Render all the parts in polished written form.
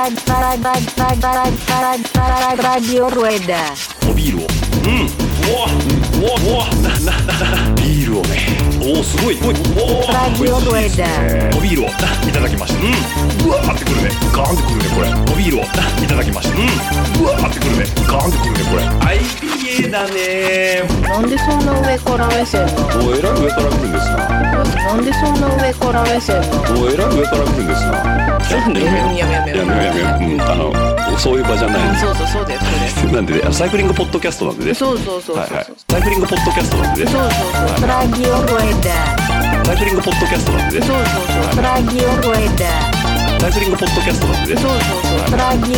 Radio Rueda。 おビールを。ビールをね。おおすごい。 Radio Rueda。 おビールをいただきました。うわーってくるね。ガーンってくるねこれ。おビールをいただきました。うわーってくるね。ガーンってくるねこれ。IPA だね。 なんでそんな上から目線なの？ おえらい上から来るんですな。 なんでそんな上から目線なの？ おえらい上から来るんですな。 やめよう。 そういう場じゃない。 そうだよそれ。 なんでね、サイクリングポッドキャストなんでね。 そう。 はい。サイクリングポッドキャストなんでね。 そう。Radio Rueda。 サイクリングポッドキャストなんでね。 そう。Radio Rueda。 サイクリングポッドキャストなんでね。 そう。Radio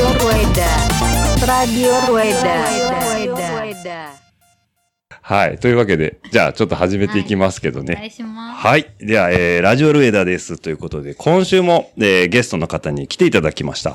Rueda。 はい。というわけで、じゃあちょっと始めていきますけどね。 お願いします。 はい。では、ラジオルエダです。ということで、今週も、ゲストの方に来ていただきました。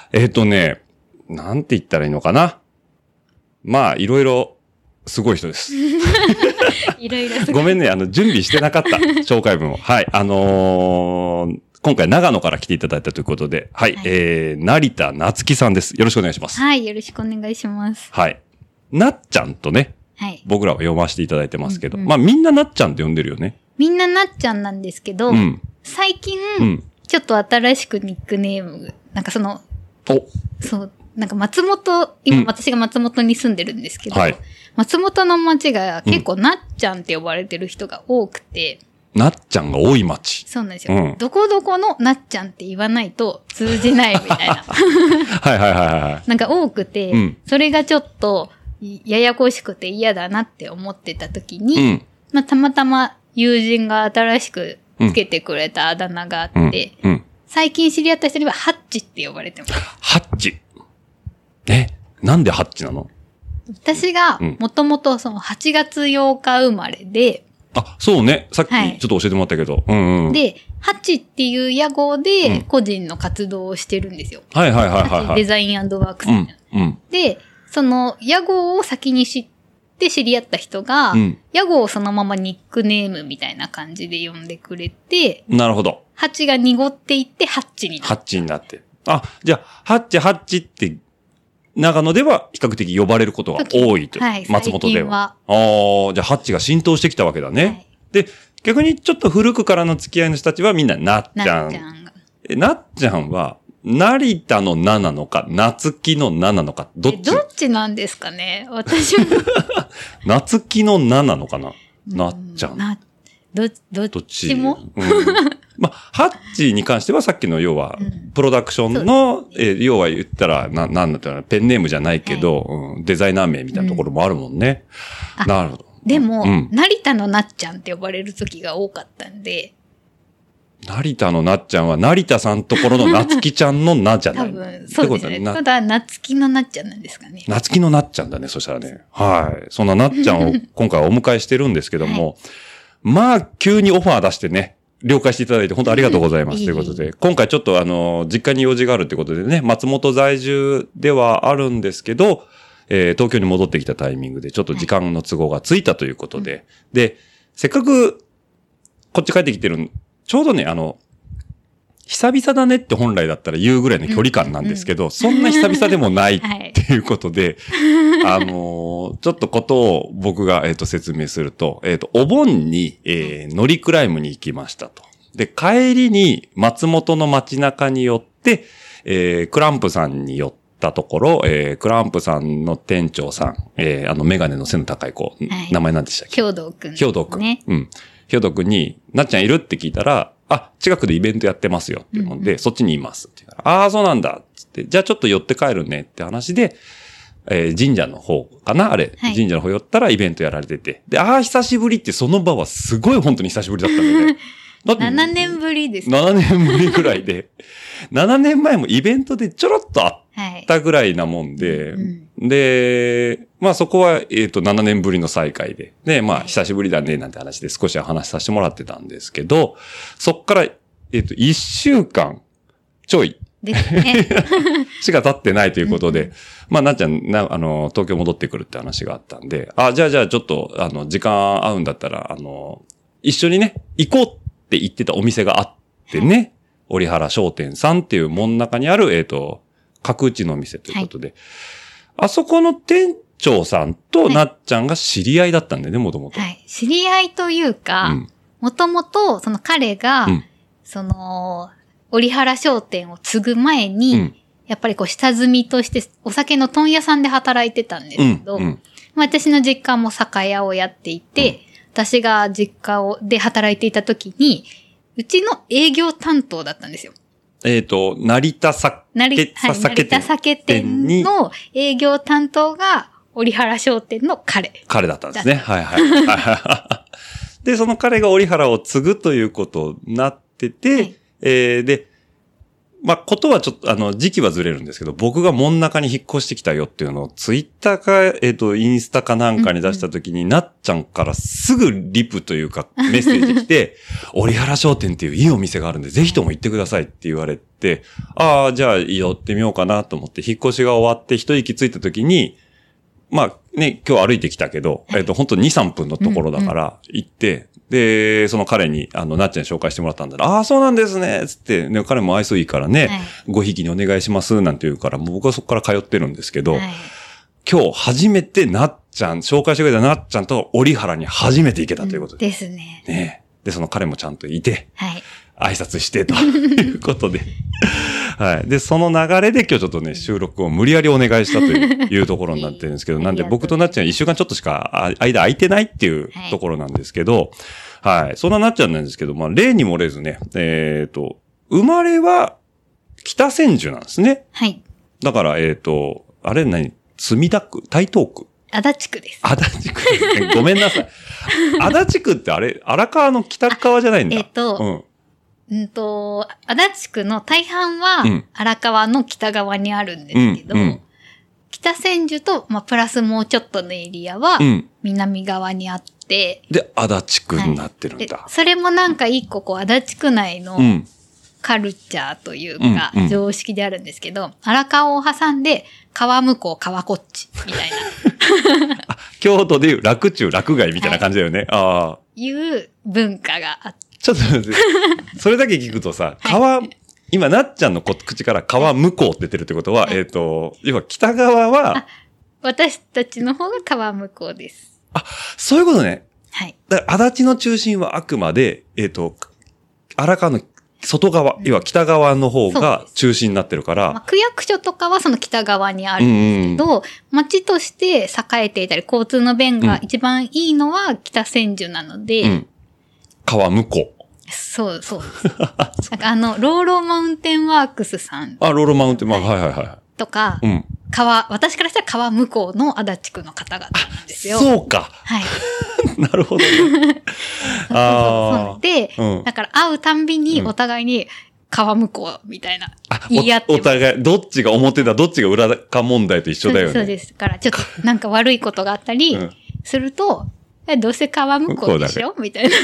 なんて言ったらいいのかな。まあ、いろいろ、すごい人です。 いろいろ。 ごめんね、準備してなかった。紹介文を。はい。今回長野から来ていただいたということで、はい。成田夏樹さんです。よろしくお願いします。 はい、よろしくお願いします。 はい。なっちゃんとね、 はい。 僕らは読ませていただいてますけど、まあみんななっちゃんって呼んでるよね。 みんななっちゃんなんですけど、最近、ちょっと新しくニックネーム、なんかなんか松本、今私が松本に住んでるんですけど、松本の町が結構なっちゃんって呼ばれてる人が多くて、 なっちゃんが多い町。 そうなんですよ。どこどこのなっちゃんって言わないと通じないみたいな。 はい。 なんか多くて、それがちょっとややこしくて嫌だなって思ってた時に、まあ、たまたま友人が新しくつけてくれたあだ名があって、最近知り合った人にはハッチって呼ばれてます。 ハッチ。なんでハッチなの？ 私がもともとその8月8日生まれで、 あ、そうね。さっきちょっと教えてもらったけど。 で、ハチっていう屋号で個人の活動をしてるんですよ。 はい。 デザイン&ワークスみたいな。で、その屋号を先に知って知り合った人が、屋号をそのままニックネームみたいな感じで呼んでくれて、 なるほど。 ハチが濁っていってハッチになった。 ハッチになって。あ、じゃあ、ハッチって、長野では比較的呼ばれることが多いと。 はい、 松本では。 最近は。 じゃあハッチが浸透してきたわけだね。 はい、 で、逆にちょっと古くからの付き合いの人たちはみんななっちゃん。なっちゃんは、成田のななのか、夏木のななのか、どっちなんですかね私も。 夏木のななのかな、なっちゃん。 どっちも、 まあ、ハッチに関してはさっきの要は、プロダクションの、要は言ったら、なんだったら、ペンネームじゃないけど、デザイナー名みたいなところもあるもんね。なるほど。 でも、成田のなっちゃんって呼ばれる時が多かったんで。 成田のなっちゃんは、成田さんところのなつきちゃんのなじゃない？ 多分、そうですね。ただ、なつきのなっちゃんなんですかね。 なつきのなっちゃんだね、そしたらね。はい。そんななっちゃんを今回お迎えしてるんですけども、まあ、急にオファー出してね、了解していただいて本当ありがとうございます。ということで、今回ちょっと実家に用事があるってことでね、松本在住ではあるんですけど、東京に戻ってきたタイミングでちょっと時間の都合がついたということで、で、せっかくこっち帰ってきてる、ちょうどね、久々だねって本来だったら言うぐらいの距離感なんですけど、そんな久々でもないっていうことで、ちょっとことを僕が、説明すると、お盆に、乗りクライムに行きましたと。で、帰りに松本の街中に寄って、クランプさんに寄ったところ、クランプさんの店長さん、メガネの背の高い子、名前何でしたっけ？ 兵藤くん。 兵藤くん。兵藤くんに、なっちゃんいるって聞いたら、近くでイベントやってますよっていうので、そっちにいますって言うから、そうなんだっつって、じゃあちょっと寄って帰るねって話で、神社の方かなあれ、神社の方寄ったらイベントやられてて。で、久しぶりってその場はすごい本当に久しぶりだったんだよね。 だって7年ぶりです。 7年ぶりぐらいで。7年前もイベントでちょろっとあったぐらいなもんで、で、まあそこは、7年ぶりの再会で、で、まあ久しぶりだねなんて話で少し話させてもらってたんですけど、そっから、1週間ちょい。 ですね。 しか経ってないということで、まあなっちゃん、東京戻ってくるって話があったんで、じゃあちょっと、時間合うんだったら、一緒にね、行こうって言ってたお店があってね、 折原商店さんっていう門中にある、角打ちの店ということで、あそこの店長さんとなっちゃんが知り合いだったんだよね、もともと。 はい。知り合いというか、もともと、その彼が、折原商店を継ぐ前に、やっぱりこう、下積みとして、お酒の問屋さんで働いてたんですけど、私の実家も酒屋をやっていて、私が実家で働いていた時に、うちの営業担当だったんですよ。 成田酒店の営業担当が、折原商店の彼だったんですね。はいはい。で、その彼が折原を継ぐということになってて、で、まあ、ことはちょっと、時期はずれるんですけど、僕が門中に引っ越してきたよっていうのを、ツイッターか、インスタかなんかに出したときに、なっちゃんからすぐリプというか、メッセージ来て、折原商店っていういいお店があるんで、ぜひとも行ってくださいって言われて、ああ、じゃあ寄ってみようかなと思って、引っ越しが終わって一息ついたときに、まあね、今日歩いてきたけど、本当2、3分のところだから行って、で、その彼に、なっちゃんに紹介してもらったんだら、ああ、そうなんですね、つって、ね、彼も愛想いいからね、ごひいきにお願いします、なんて言うから、もう僕はそこから通ってるんですけど、今日初めてなっちゃん、紹介してくれたなっちゃんと折原に初めて行けたということで。 ですね。 ね。で、その彼もちゃんといて、挨拶してということで。はい。で、その流れで今日ちょっとね、収録を無理やりお願いしたというところになってるんですけど、なんで僕となっちゃん1週間ちょっとしか間空いてないっていうところなんですけど、はい。そんななっちゃんなんですけど、まあ、例に漏れずね、生まれは北千住なんですね。 はい。 だから、あれ墨田区台東区足立区です。 足立区ですね。ごめんなさい。足立区ってあれ、荒川の北側じゃないんだ。 足立区の大半は荒川の北側にあるんですけど、北千住と、まあ、プラスもうちょっとのエリアは南側にあって、 で、足立区になってるんだ。 それもなんか一個こう、足立区内のカルチャーというか、常識であるんですけど、荒川を挟んで、川向こう、川こっち、みたいな。 京都でいう楽中楽外みたいな感じだよね。ああ。 いう文化があって。 ちょっと待って、それだけ聞くとさ、今、なっちゃんの口から川向こうって出てるってことは、要は北側は、 私たちの方が川向こうです。 あ、そういうことね。 はい。 だから足立の中心はあくまで、荒川の外側、要は北側の方が中心になってるから。 まあ、区役所とかはその北側にあるんですけど、町として栄えていたり、交通の便が一番いいのは北千住なので、 川向こう。 そうです。なんかローローマウンテンワークスさん。 ローローマウンテンワークス、はい。 とか、私からしたら川向こうの足立区の方々なんですよ。 そうか。 はい。 なるほどね。 そうで、だから会うたんびにお互いに川向こうみたいな言い合ってます。 お互い、どっちが表だ、どっちが裏か問題と一緒だよね。 そうです。だからちょっとなんか悪いことがあったりすると、どうせ川向こうでしょみたいな。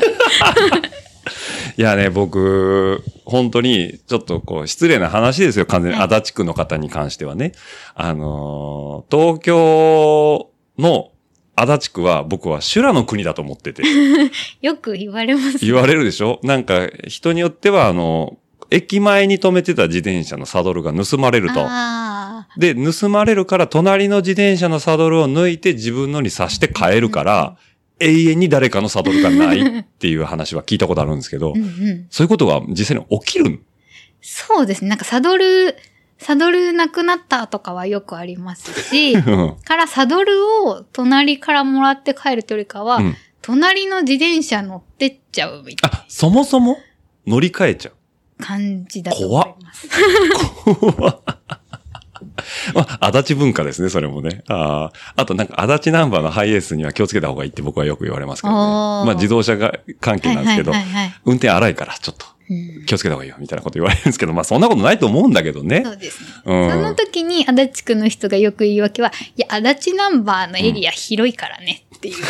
いやね、僕、本当に、ちょっとこう、失礼な話ですよ、完全に足立区の方に関してはね。東京の足立区は僕は修羅の国だと思ってて。 よく言われますね。 言われるでしょ？なんか、人によっては、駅前に止めてた自転車のサドルが盗まれると。で、盗まれるから、隣の自転車のサドルを抜いて自分のに刺して帰るから、永遠に誰かのサドルがないっていう話は聞いたことあるんですけど、そういうことが実際に起きる？ そうですね。なんかサドルなくなったとかはよくありますし、からサドルを隣からもらって帰るというよりかは、隣の自転車乗ってっちゃうみたいな。 そもそも乗り換えちゃう感じだと思います。 怖っ。まあ、足立文化ですね、それもね。あとなんか足立ナンバーのハイエースには気をつけた方がいいって僕はよく言われますけどね。まあ自動車が関係なんですけど、運転荒いからちょっと気をつけた方がいいよみたいなこと言われるんですけど、まあそんなことないと思うんだけどね。 そうですね。その時に足立区の人がよく言い訳は、いや、足立ナンバーのエリア広いからねっていう。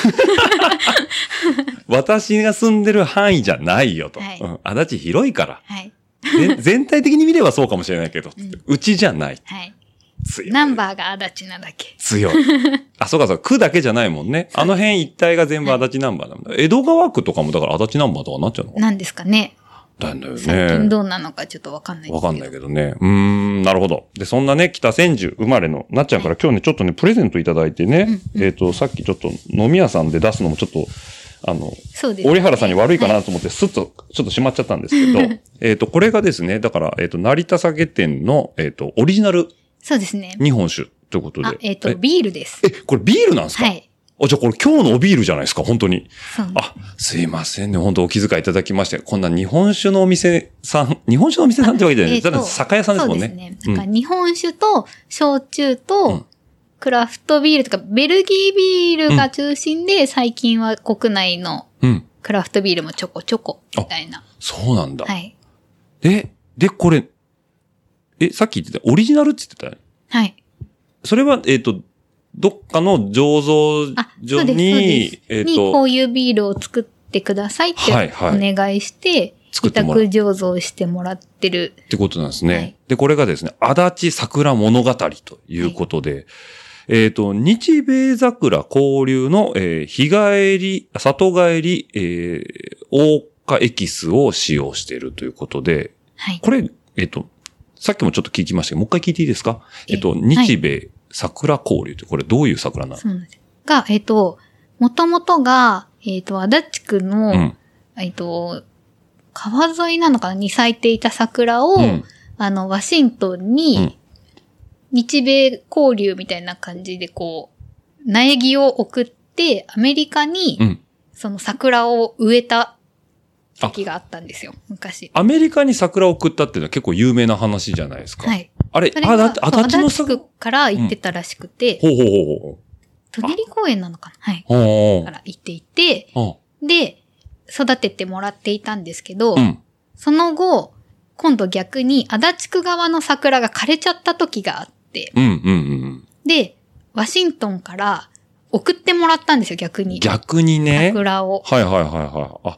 私が住んでる範囲じゃないよと。足立広いから。全体的に見ればそうかもしれないけど、うちじゃない。強い。 ナンバーが足立なだけ。 強い。そうか、区だけじゃないもんね。あの辺一帯が全部足立ナンバーなんだ。江戸川区とかもだから足立ナンバーとかなっちゃうの？ なんですかね。 だよね。 最近どうなのかちょっとわかんないですけど。 わかんないけどね。なるほど。で、そんなね、北千住生まれのなっちゃんから今日ね、ちょっとね、プレゼントいただいてね、さっきちょっと飲み屋さんで出すのもちょっと、 そうですね。 折原さんに悪いかなと思って、スッと、ちょっとしまっちゃったんですけど、これがですね、だから、成田酒店の、オリジナル。 そうですね。 日本酒ということで。 ビールです。 これビールなんですか？はい。じゃあこれ今日のおビールじゃないですか、本当に。 そう。 すいませんね、本当お気遣いいただきまして。こんな日本酒のお店さん、日本酒のお店さんってわけじゃないです。ただ酒屋さんですもんね。 そうですね。日本酒と焼酎と、クラフトビールとか、ベルギービールが中心で、最近は国内のクラフトビールもちょこちょこ、みたいな。 そうなんだ。 はい。 で、これ、さっき言ってた、オリジナルって言ってたよね。 はい。 それは、どっかの醸造所に、 こういうビールを作ってくださいってお願いして、委託醸造してもらってる。 ってことなんですね。はい、で、これがですね、足立桜物語ということで、日米桜交流の、里帰り、黄花エキスを使用しているということで、 はい、 これ、さっきもちょっと聞きましたけど、もう一回聞いていいですか？日米桜交流ってこれどういう桜なの？ そうなんです。が、もともとが、足立区の、川沿いなのかなに咲いていた桜を、ワシントンに、日米交流みたいな感じでこう、苗木を送って、アメリカに、その桜を植えた時があったんですよ、昔。 アメリカに桜を送ったっていうのは結構有名な話じゃないですか。 はい。 あれ、 足立区から行ってたらしくて、 ほう。 舎人公園なのかな？はい。から行っていて、で、育ててもらっていたんですけど、その後、今度逆に足立区側の桜が枯れちゃった時があって、で、ワシントンから送ってもらったんですよ、逆に。 逆にね。 桜を。 はい。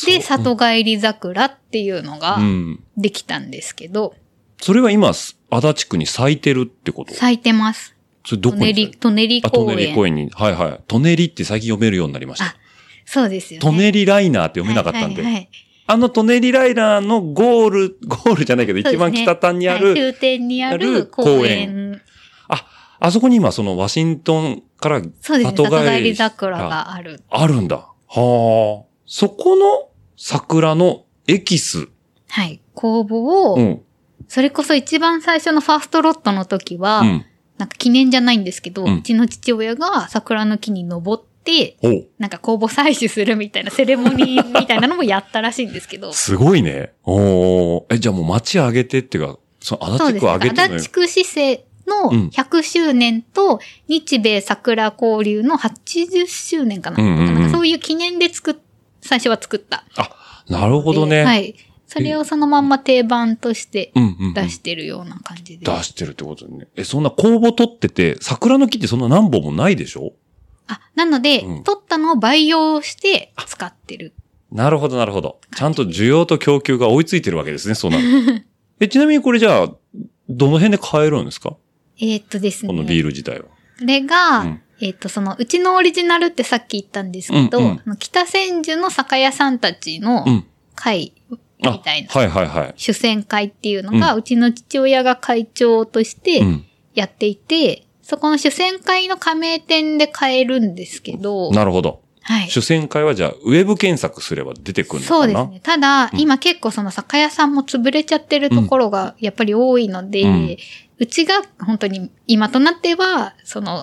で、里帰り桜っていうのができたんですけど。 それは今、足立区に咲いてるってこと？ 咲いてます。 それどこに？ 舎人公園。 舎人公園に。はい。舎人って最近読めるようになりました。 そうですよね。 舎人ライナーって読めなかったんで。舎人ライナーのゴールじゃないけど、一番北端にある。 終点にある公園。 あそこに今そのワシントンから里帰り桜がある。 あるんだ。はあ。そこの桜のエキス。 はい。酵母を、それこそ一番最初のファーストロットの時は、なんか記念じゃないんですけど、うちの父親が桜の木に登って、なんか酵母採取するみたいなセレモニーみたいなのもやったらしいんですけど。 すごいね。じゃあもう町上げてっていうか、足立区上げて足立区市政の100周年と日米桜交流の80周年かな。なんかそういう記念で最初は作った。 なるほどね。 はい。それをそのまんま定番として出してるような感じで。 出してるってことね。そんな酵母取ってて、桜の木ってそんな何本もないでしょ？ なので、取ったのを培養して使ってる。 なるほど。ちゃんと需要と供給が追いついてるわけですね、そうなる。ちなみにこれじゃあ、どの辺で買えるんですか？ ですね。 このビール自体は。 これが、うちのオリジナルってさっき言ったんですけど、北千住の酒屋さんたちの会みたいな、主戦会っていうのが、うちの父親が会長としてやっていて、そこの主戦会の加盟店で買えるんですけど。 なるほど。 はい。 主戦会はじゃあ、ウェブ検索すれば出てくるのかな？ そうですね。ただ、今結構その酒屋さんも潰れちゃってるところがやっぱり多いので、うちが本当に今となっては、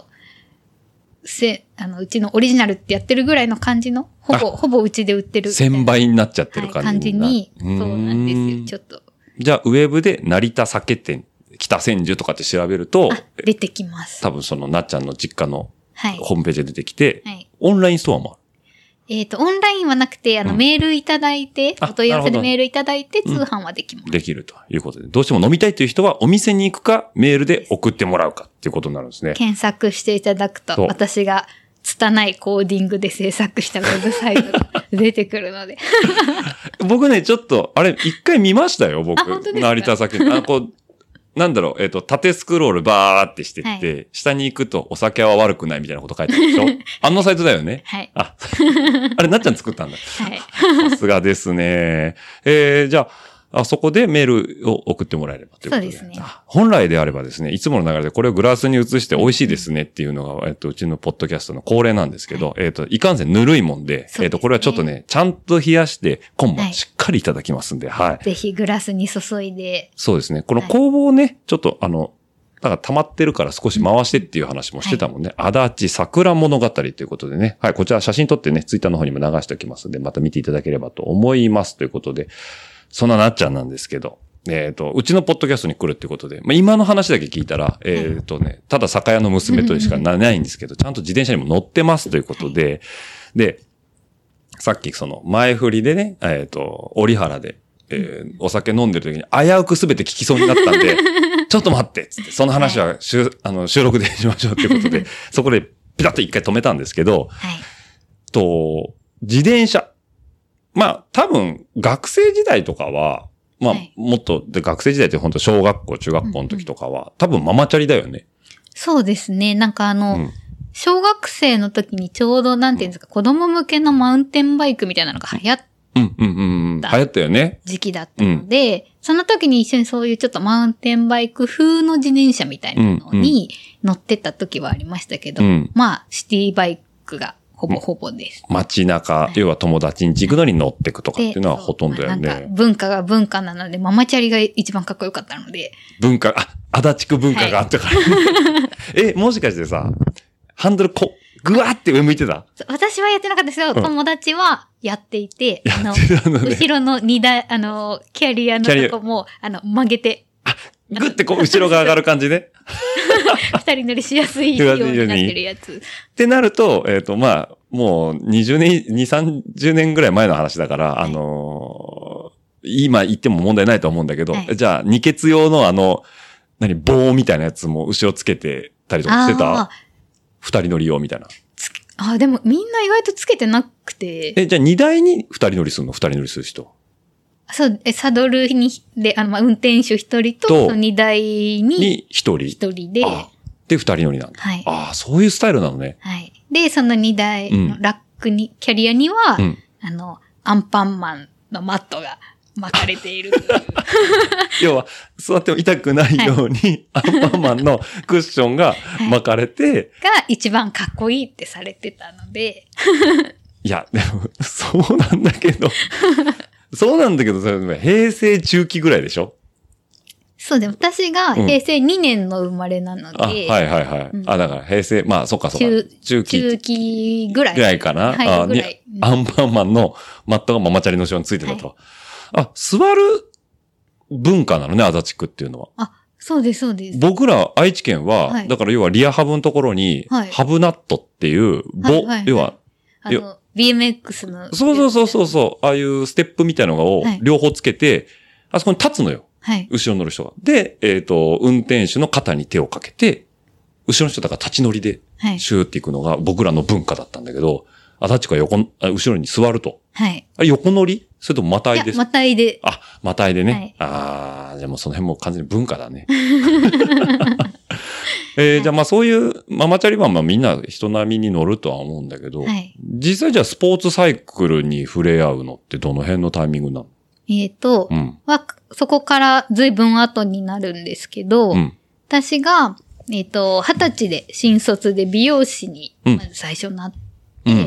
うちのオリジナルってやってるぐらいの感じの、ほぼうちで売ってる。 1000倍になっちゃってる感じに。そうなんですよ、ちょっと。 じゃあ、ウェブで成田酒店、北千住とかって調べると、 出てきます。 多分なっちゃんの実家のホームページで出てきて、オンラインストアもある。 オンラインはなくて、メールいただいて、お問い合わせでメールいただいて、通販はできます。 できるということで、どうしても飲みたいという人は、お店に行くか、メールで送ってもらうかっていうことになるんですね。 検索していただくと、私が拙いコーディングで制作したウェブサイトが出てくるので。僕ね、ちょっと、一回見ましたよ、僕。 本当ですか？ 成田酒店。 なんだろう、縦スクロールバーってしてって、下に行くとお酒は悪くないみたいなこと書いてあるでしょあのサイトだよね。 はい。 あれ、なっちゃん作ったんだ。 はい。 さすがですね。じゃあ、そこでメールを送ってもらえればということで。 そうですね。 本来であればですね、いつもの流れでこれをグラスに移して美味しいですねっていうのが、うちのポッドキャストの恒例なんですけど、いかんせんぬるいもんで、これはちょっとね、ちゃんと冷やして、今晩しっかりいただきますんで、はい。 ぜひグラスに注いで。 そうですね。この工房をね、ちょっとだから溜まってるから少し回してっていう話もしてたもんね。足立桜物語ということでね。はい、こちら写真撮ってね、ツイッターの方にも流しておきますんで、また見ていただければと思いますということで。そんななっちゃんなんですけど、うちのポッドキャストに来るってことで、まあ、今の話だけ聞いたら、ただ酒屋の娘としかないんですけど、ちゃんと自転車にも乗ってますということで、で、さっきその前振りでね、折原で、お酒飲んでる時に危うくすべて聞きそうになったんで、ちょっと待ってっつって、その話は収録でしましょうっていうことで、そこでピタッと一回止めたんですけど、自転車。まあ、多分、学生時代とかは、まあ、もっと、で、学生時代って本当小学校、中学校の時とかは、多分ママチャリだよね。 そうですね。なんか小学生の時にちょうど、なんていうんですか、子供向けのマウンテンバイクみたいなのが流行った。 流行ったよね。 時期だったので、その時に一緒にそういうちょっとマウンテンバイク風の自転車みたいなのに乗ってた時はありましたけど、まあ、シティバイクが、ほぼほぼです。 街中、要は友達に行くのに乗ってくとかっていうのはほとんどやね。 なんか文化が文化なので、ママチャリが一番かっこよかったので。 足立区文化があったから。もしかしてさ、ハンドルぐわーって上向いてた？ 私はやってなかったですけど、友達はやっていて、後ろの荷台、キャリアのとこも、曲げて。 ぐってこう、後ろが上がる感じね。 二人乗りしやすいようになってるやつ。 ってなると、まあ、もう2、30年ぐらい前の話だから、今言っても問題ないと思うんだけど、じゃあ、二欠用の棒みたいなやつも後ろつけてたりとかしてた？二人乗り用みたいな。 でもみんな意外とつけてなくて。 じゃあ荷台に二人乗りするの？二人乗りする人。 そう、サドルに、で、運転手一人と、荷台に一人で。 で、二人乗りなんだ。はい。そういうスタイルなのね。 はい。で、その荷台のラックに、キャリアには、アンパンマンのマットが巻かれている。 要は、座っても痛くないように、アンパンマンのクッションが巻かれて、 が一番かっこいいってされてたので。 いや、でも、そうなんだけど、それ平成中期ぐらいでしょ？ そうで、私が平成2年の生まれなので。 はいはいはい。だから平成、まあそっかそっか。 中期ぐらい。 ぐらいかな。はい、ぐらい。アンパンマンのマットがママチャリの後ろについてたと。座る文化なのね、足立区っていうのは。 そうです、そうです。 僕ら愛知県は、だから要はリアハブのところに、ハブナットっていう、要は、 BMX の。 そう。ああいうステップみたいなのを両方つけて、あそこに立つのよ。はい。後ろに乗る人が。で、運転手の肩に手をかけて、後ろの人だから立ち乗りで、シューっていくのが僕らの文化だったんだけど、足立区は後ろに座ると。はい。横乗り？それともまたいですか？ またいで。 またいでね。はい。じゃあもうその辺も完全に文化だね。じゃあまあそういうママチャリはまあみんな人並みに乗るとは思うんだけど、実際じゃあスポーツサイクルに触れ合うのってどの辺のタイミングなの？ そこから随分後になるんですけど、私が、20歳で新卒で美容師にまず最初なって、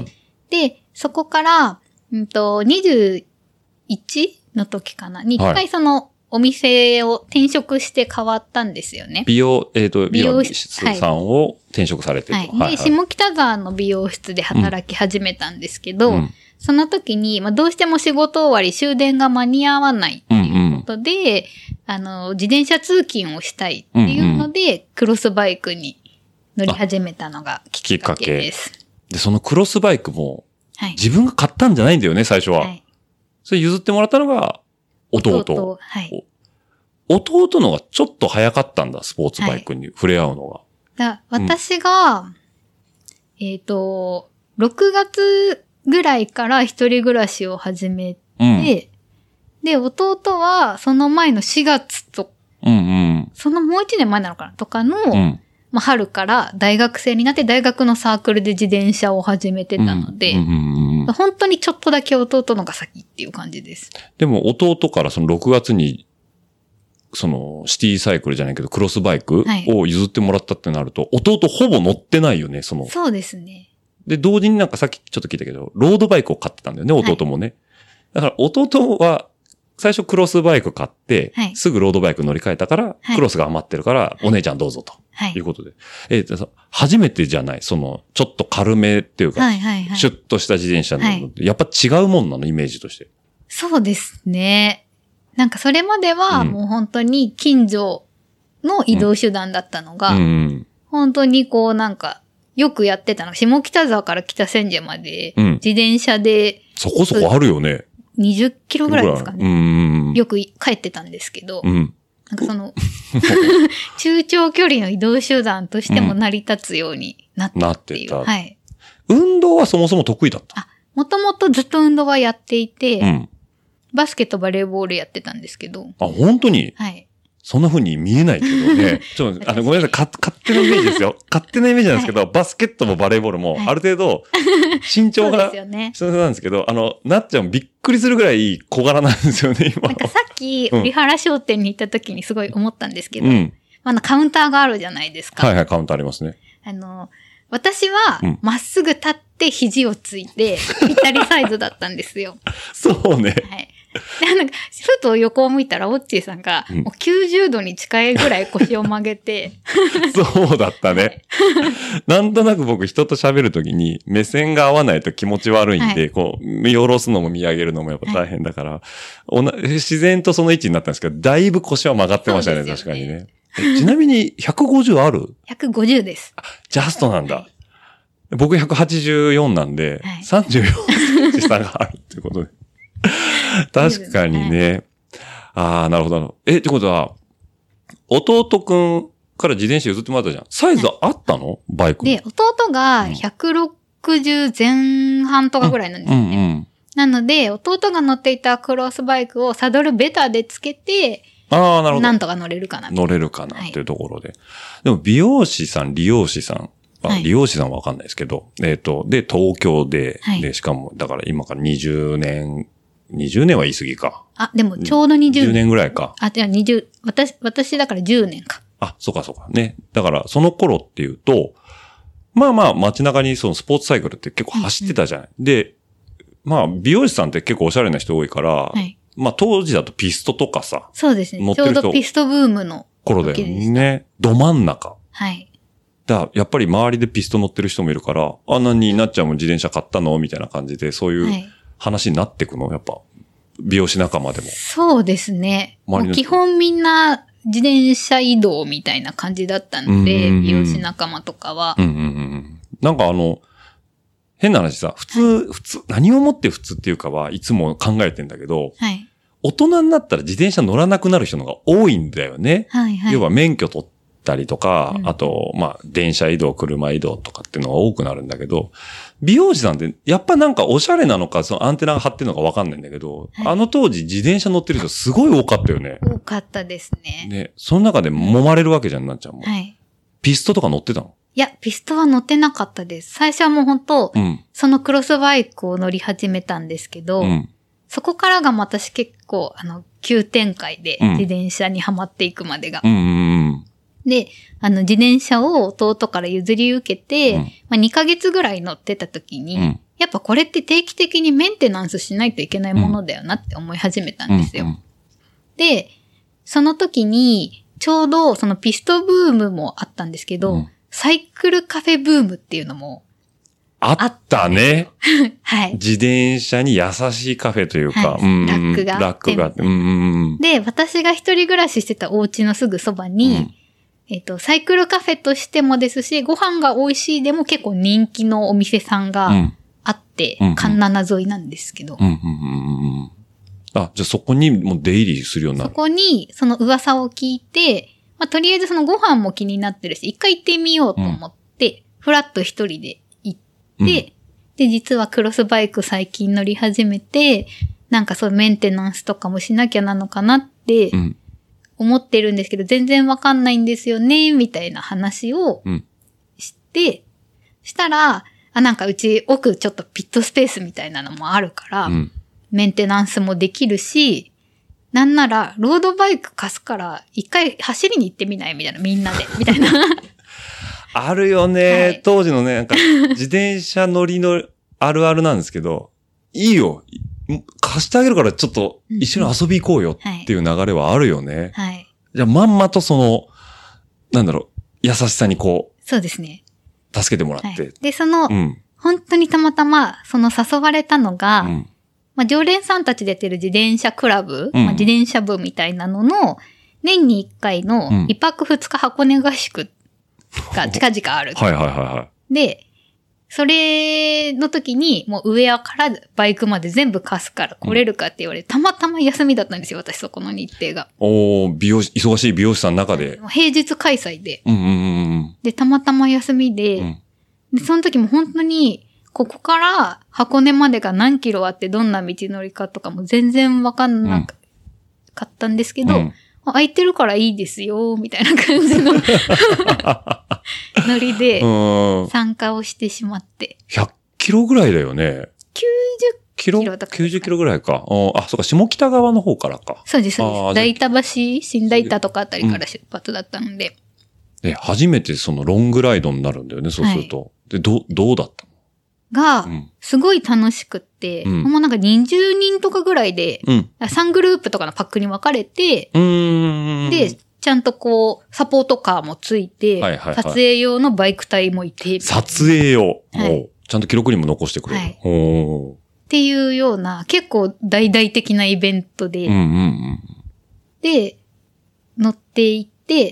で、そこから、21の時かなに、一回そのお店を転職して変わったんですよね。 美容室さんを転職されてると。 で、下北沢の美容室で働き始めたんですけど、その時に、どうしても仕事終わり終電が間に合わないっていうことで、自転車通勤をしたいっていうので、クロスバイクに乗り始めたのがきっかけです。 で、そのクロスバイクも、自分が買ったんじゃないんだよね、最初は。それ譲ってもらったのが、弟。弟のがちょっと早かったんだ、スポーツバイクに触れ合うのが。 私が、6月ぐらいから一人暮らしを始めて、で、弟はその前の4月と、 そのもう1年前なのかなとかの、 うんまあ、春から大学生になって大学のサークルで自転車を始めてたので、本当にちょっとだけ弟のが先っていう感じです。 でも弟からその6月に、そのシティサイクルじゃないけどクロスバイクを譲ってもらったってなると、弟ほぼ乗ってないよね、その。 そうですね。 で、同時になんかさっきちょっと聞いたけど、ロードバイクを買ってたんだよね、弟もね。だから弟は、最初クロスバイク買って、はい、すぐロードバイク乗り換えたから、はい、クロスが余ってるから、お姉ちゃんどうぞと。はい。いうことで。初めてじゃない、その、ちょっと軽めっていうか、はいはいはい、シュッとした自転車の、はい、やっぱ違うもんなの、イメージとして。 そうですね。なんかそれまでは、もう本当に近所の移動手段だったのが、本当にこうなんか、よくやってたの。下北沢から北千住まで、自転車で、 そこそこあるよね。 20キロぐらいですかね。よく帰ってたんですけど、なんかその、中長距離の移動手段としても成り立つようになったっていう。はい。 運動はそもそも得意だった？ もともとずっと運動はやっていて、バスケとバレーボールやってたんですけど。 本当に？はい。そんな風に見えないけどね。ごめんなさい。勝手なイメージですよ。勝手なイメージなんですけど、バスケットもバレーボールも、ある程度、身長が、そうなんですけど、なっちゃんびっくりするぐらい小柄なんですよね、今。 なんかさっき、折原商店に行った時にすごい思ったんですけど、カウンターがあるじゃないですか。 はいはい、カウンターありますね。 私は、まっすぐ立って肘をついて、ぴったりサイズだったんですよ。 そうね。はい。 で、なんか、ふと横を向いたら、オッチーさんが、もう90度に近いぐらい腰を曲げて。 そうだったね。なんとなく僕人と喋るときに、目線が合わないと気持ち悪いんで、こう、見下ろすのも見上げるのもやっぱ大変だから、自然とその位置になったんですけど、だいぶ腰は曲がってましたね、確かにね。ちなみに、150ある？ 150 です。 ジャストなんだ。僕184なんで、34センチ差があるってことで。確かにね。なるほど。ってことは、弟くんから自転車譲ってもらったじゃん。サイズあったの？バイク。 で、弟が160前半とかぐらいなんですよね。なので、弟が乗っていたクロスバイクをサドルベタでつけて、なるほど。なんとか乗れるかな。 乗れるかなっていうところで。でも、美容師さん、理容師さん。理容師さんはわかんないですけど、で、東京で、で、しかも、だから今から20年は言い過ぎか。 でもちょうど20年。 10年ぐらいか。 じゃあ私だから10年か。 そうか。ね。だから、その頃っていうと、街中にそのスポーツサイクルって結構走ってたじゃない。で、美容師さんって結構おしゃれな人多いから、当時だとピストとかさ。 そうですね。ちょうどピストブームの頃だよね。ど真ん中。 はい。 やっぱり周りでピスト乗ってる人もいるから、何なっちゃんも自転車買ったのみたいな感じで、そういう話になってくのやっぱ、美容師仲間でも。 そうですね。基本みんな自転車移動みたいな感じだったので、美容師仲間とかは。 なんか変な話さ、普通、何をもって普通っていうかはいつも考えてんだけど、大人になったら自転車乗らなくなる人の方が多いんだよね。要は免許取ったりとか、あと、電車移動、車移動とかっていうのが多くなるんだけど、美容師さんって、やっぱなんかおしゃれなのか、そのアンテナが張ってるのかわかんないんだけど、当時自転車乗ってる人すごい多かったよね。 多かったですね。 ね、その中で揉まれるわけじゃん、なっちゃんも。ピストとか乗ってたの？ いや、ピストは乗ってなかったです。最初はもう本当、そのクロスバイクを乗り始めたんですけど、そこからが私結構、急展開で自転車にはまっていくまでが。で、自転車を弟から譲り受けて、2ヶ月ぐらい乗ってた時に、やっぱこれって定期的にメンテナンスしないといけないものだよなって思い始めたんですよ。で、その時に、ちょうどそのピストブームもあったんですけど、サイクルカフェブームっていうのもあったね。 はい。 自転車に優しいカフェというか、 ラックが。 ラックが。 で、私が一人暮らししてたお家のすぐそばに、サイクルカフェとしてもですし、ご飯が美味しいでも結構人気のお店さんがあって、環七沿いなんですけど。 じゃあそこにもう出入りするようになる。 そこにその噂を聞いて、とりあえずそのご飯も気になってるし、一回行ってみようと思って、フラッと一人で行って、で、実はクロスバイク最近乗り始めて、なんかそうメンテナンスとかもしなきゃなのかなって思ってるんですけど、全然わかんないんですよね、みたいな話をして、したら、なんかうち奥ちょっとピットスペースみたいなのもあるから、メンテナンスもできるし、なんならロードバイク貸すから一回走りに行ってみないみたいな、みんなで、みたいな。 あるよね、 はい、 当時のね、なんか自転車乗りのあるあるなんですけど、いいよ。貸してあげるからちょっと一緒に遊び行こうよっていう流れはあるよね。 はい。 じゃあまんまとその、なんだろう、優しさにこう。 そうですね。 助けてもらって。はい、 で、本当にたまたま、誘われたのが、まあ、常連さんたちでやってる自転車クラブ、まあ、自転車部みたいなのの、年に1回の1泊2日箱根合宿が近々ある。 はいはいはいはい。 で、それの時に、もうウェアからバイクまで全部貸すから来れるかって言われて、たまたま休みだったんですよ、私そこの日程が。 忙しい美容師さんの中で。 平日開催で。で、たまたま休みで、で、その時も本当に、ここから箱根までが何キロあってどんな道のりかとかも全然わかんなかったんですけど、空いてるからいいですよ、みたいな感じのノリで参加をしてしまって。 100キロぐらいだよね。 90キロとか。 90キロぐらいか。そうか、下北側の方からか。 そうです、そうです。大田橋、新大田とかあたりから出発だったので。 初めてそのロングライドになるんだよね、そうすると。で、どうだったのが、すごい楽しくって、もうなんか20人とかぐらいで、3グループとかのパックに分かれて、で、ちゃんとこう、サポートカーもついて、撮影用のバイク隊もいて。 撮影用、ちゃんと記録にも残してくれる。 っていうような、結構大々的なイベントで、で、乗っていって、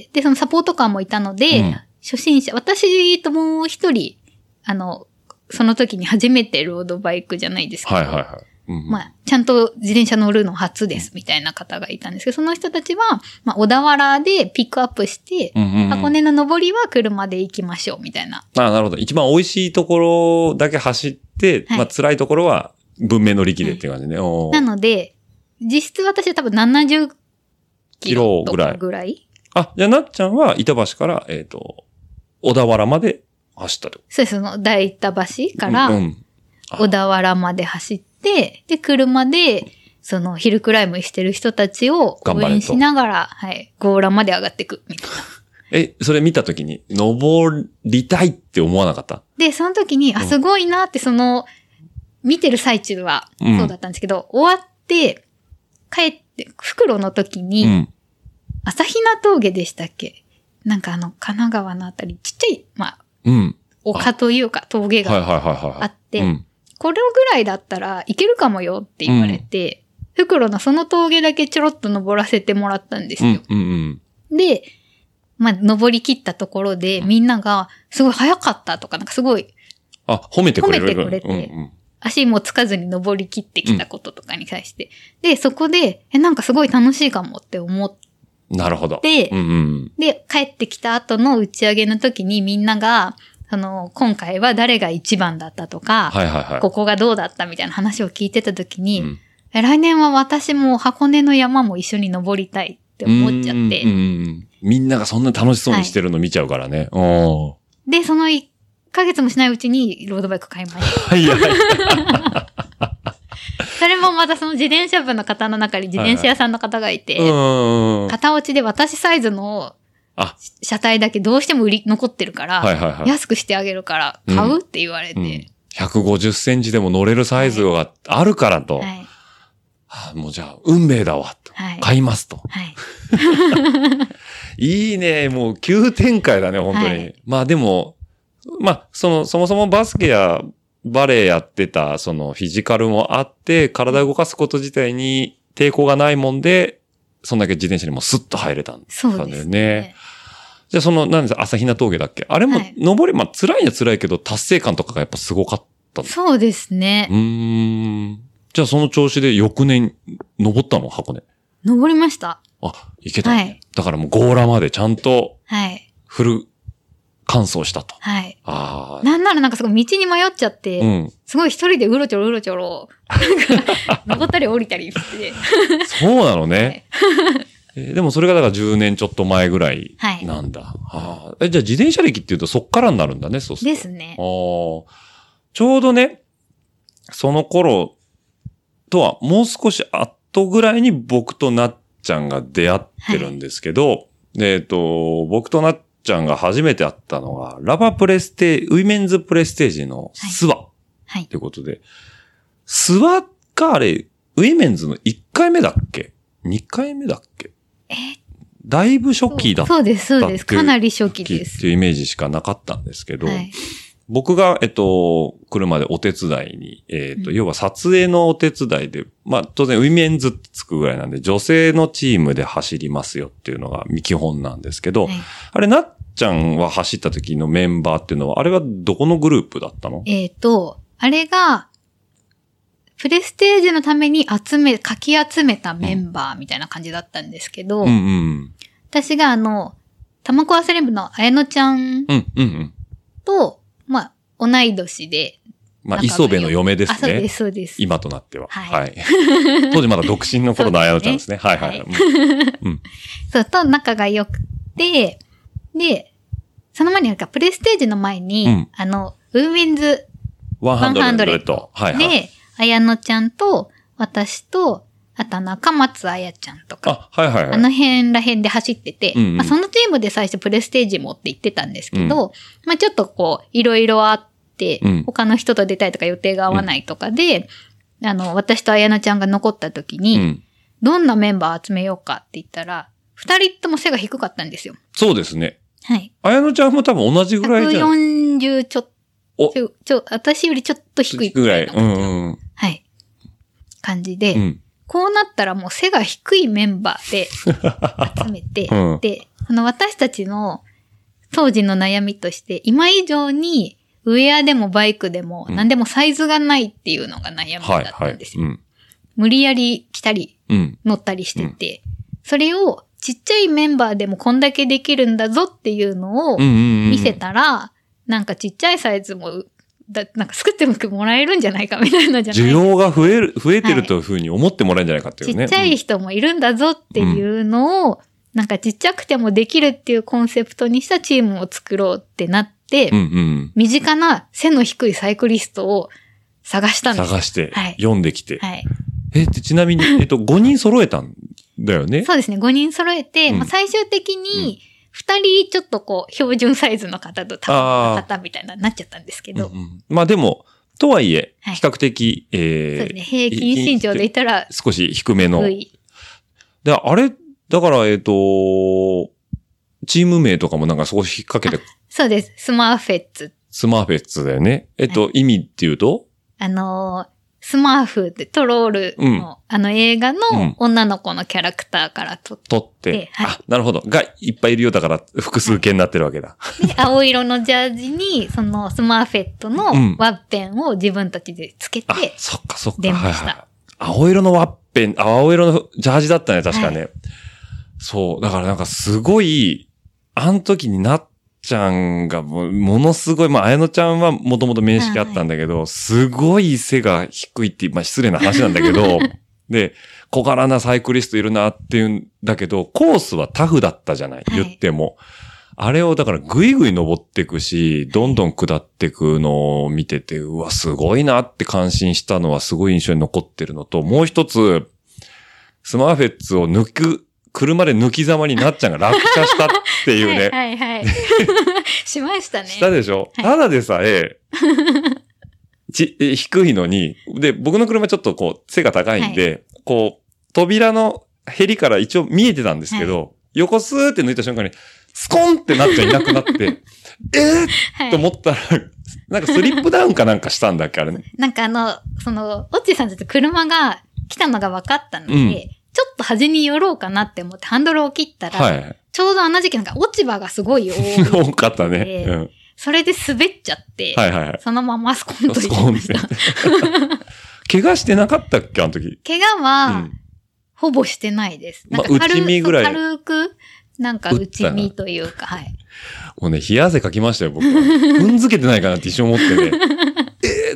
で、そのサポートカーもいたので、初心者、私ともう一人、その時に初めてロードバイクじゃないですけど、まあ、ちゃんと自転車乗るの初です、みたいな方がいたんですけど、その人たちは、まあ、小田原でピックアップして、箱根の登りは車で行きましょう、みたいな。 なるほど。一番美味しいところだけ走って、まあ、辛いところは文明乗り切れっていう感じね。 なので、実質私は多分70キロとかぐらい。 じゃあなっちゃんは板橋から、小田原まで走ったと。 そうです。大田橋から小田原まで走って、で、車で、ヒルクライムしてる人たちを応援しながら、ゴーラまで上がっていく、みたいな。 それ見たときに、登りたいって思わなかった？ で、その時に、すごいなって、見てる最中は、そうだったんですけど、終わって、帰って、袋の時に、朝比奈峠でしたっけ？なんか神奈川のあたり、ちっちゃい、まあ、丘というか峠があって、これぐらいだったらいけるかもよって言われて、袋のその峠だけちょろっと登らせてもらったんですよ。で、まあ、登り切ったところでみんながすごい早かったとか、なんかすごい、 褒めてくれて、足もつかずに登り切ってきたこととかに対して。で、そこで、なんかすごい楽しいかもって思って、 なるほど。 で、帰ってきた後の打ち上げの時にみんなが、今回は誰が一番だったとか、ここがどうだったみたいな話を聞いてた時に、来年は私も箱根の山も一緒に登りたいって思っちゃって。 みんながそんな楽しそうにしてるの見ちゃうからね。 で、その1ヶ月もしないうちにロードバイク買いました。それもまたその自転車部の方の中に自転車屋さんの方がいて、片落ちで私サイズの車体だけどうしても残ってるから、安くしてあげるから買うって言われて。 150センチでも乗れるサイズがあるからと。もうじゃあ、運命だわと。買いますと。いいね。もう急展開だね、本当に。まあでも、まあ、そもそもバスケやバレエやってた、フィジカルもあって、体を動かすこと自体に抵抗がないもんで、そんだけ自転車にもスッと入れたんだよね。 そうですね。 じゃあ何ですか、朝比奈峠だっけ？あれも、登り、まあ辛いには辛いけど、達成感とかがやっぱすごかったんだ。 そうですね。 じゃあその調子で翌年、登ったの？箱根。 登りました。 行けたね。だからもう強羅までちゃんと、フル完走したと。なんならなんかすごい道に迷っちゃって、すごい一人でうろちょろ、登ったり降りたりして。 そうなのね。 でもそれがだから10年ちょっと前ぐらいなんだ。はい、じゃあ自転車歴っていうとそっからになるんだね、そうすると。 ですね。 ちょうどね、その頃とはもう少し後ぐらいに僕となっちゃんが出会ってるんですけど、僕となっちゃんが初めて会ったのが、ウィメンズプレステージのスワ。はい。ということで、スワがあれ、ウィメンズの1回目だっけ ?2 回目だっけだいぶ初期だった。 そうです、そうです。かなり初期です。 っていうイメージしかなかったんですけど、はい、僕が、車でお手伝いに、要は撮影のお手伝いで、まあ、当然、ウィメンズってつくぐらいなんで、女性のチームで走りますよっていうのが基本なんですけど、はい、あれ、なっちゃんは走った時のメンバーっていうのは、あれはどこのグループだったの？ あれが、プレステージのためにかき集めたメンバーみたいな感じだったんですけど、私が玉子忘れんぶの綾乃ちゃんと、まあ、同い年で。 まあ、磯部の嫁ですね。 そうです、そうです。 今となっては。はい。当時まだ独身の頃の綾乃ちゃんですね。はいはい。 そうと仲が良くて、で、その前にプレステージの前に、ウーメンズ100で、綾乃ちゃんと、私と、あと中松彩ちゃんとか、あの辺ら辺で走ってて、まあ、そのチームで最初プレステージもって言ってたんですけど、まあちょっとこう、いろいろあって、他の人と出たいとか予定が合わないとかで、私と綾乃ちゃんが残った時に、どんなメンバー集めようかって言ったら、二人とも背が低かったんですよ。 そうですね。 はい。 綾乃ちゃんも多分同じぐらいじゃん。 140ちょっと。私よりちょっと低いぐらいの。はい。感じで、こうなったらもう背が低いメンバーで集めて、で、私たちの当時の悩みとして、今以上にウェアでもバイクでも何でもサイズがないっていうのが悩みだったんですよ。無理やり着たり、乗ったりしてて、それをちっちゃいメンバーでもこんだけできるんだぞっていうのを見せたら、なんかちっちゃいサイズも、なんか作ってもらえるんじゃないかみたいなじゃない需要が増えてるというふうに思ってもらえるんじゃないかっていうね。 ちっちゃい人もいるんだぞっていうのを、なんかちっちゃくてもできるっていうコンセプトにしたチームを作ろうってなって、身近な背の低いサイクリストを探したんです。 探して、読んできて。はい。ちなみに、5人揃えたんだよね。 そうですね、5人揃えて、まあ、最終的に、2人ちょっとこう、標準サイズの方と多分の方みたいななっちゃったんですけど。 まあでも、とはいえ、比較的、 そうですね、平均身長で言ったら、 少し低めの。で、あれ、だから、チーム名とかもなんか少し引っ掛けて。 そうです、スマーフェッツ。 スマーフェッツだよね。意味っていうとスマーフってトロールの、映画の女の子のキャラクターから取って。 なるほど。がいっぱいいるようだから複数形になってるわけだ。 で、青色のジャージに、そのスマーフェットのワッペンを自分たちでつけて、 そっかそっか。 出ました。 青色のワッペン、青色のジャージだったね、確かね。そう。だからなんかすごい、あの時になっちゃんがものすごい、まあ、綾乃ちゃんはもともと面識あったんだけど、すごい背が低いっていう、まあ、失礼な話なんだけど、で、小柄なサイクリストいるなっていうんだけど、コースはタフだったじゃない、言っても。あれをだからぐいぐい登っていくし、どんどん下っていくのを見てて、うわ、すごいなって感心したのはすごい印象に残ってるのと、もう一つ、スマーフェッツを車で抜きざまになっちゃんが落車したっていうね。 はいはい。しましたね。 したでしょ、ただでさえ、低いのに、で、僕の車ちょっとこう、背が高いんで、こう、扉のヘリから一応見えてたんですけど、横スーって抜いた瞬間に、スコンってなっちゃいなくなって、と思ったら、なんかスリップダウンかなんかしたんだっけ、あれね。 なんかオッチーさんたち車が来たのが分かったので、ちょっと端に寄ろうかなって思ってハンドルを切ったら、ちょうどあの時期なんか落ち葉がすごい多かったね。 それで滑っちゃって、そのままスコンと行きました。 怪我してなかったっけ、あの時。 怪我は、ほぼしてないです。なんか内身ぐらい。 軽く、なんか内身というか、 もうね、冷や汗かきましたよ、僕は。踏んづけてないかなって一瞬思ってね。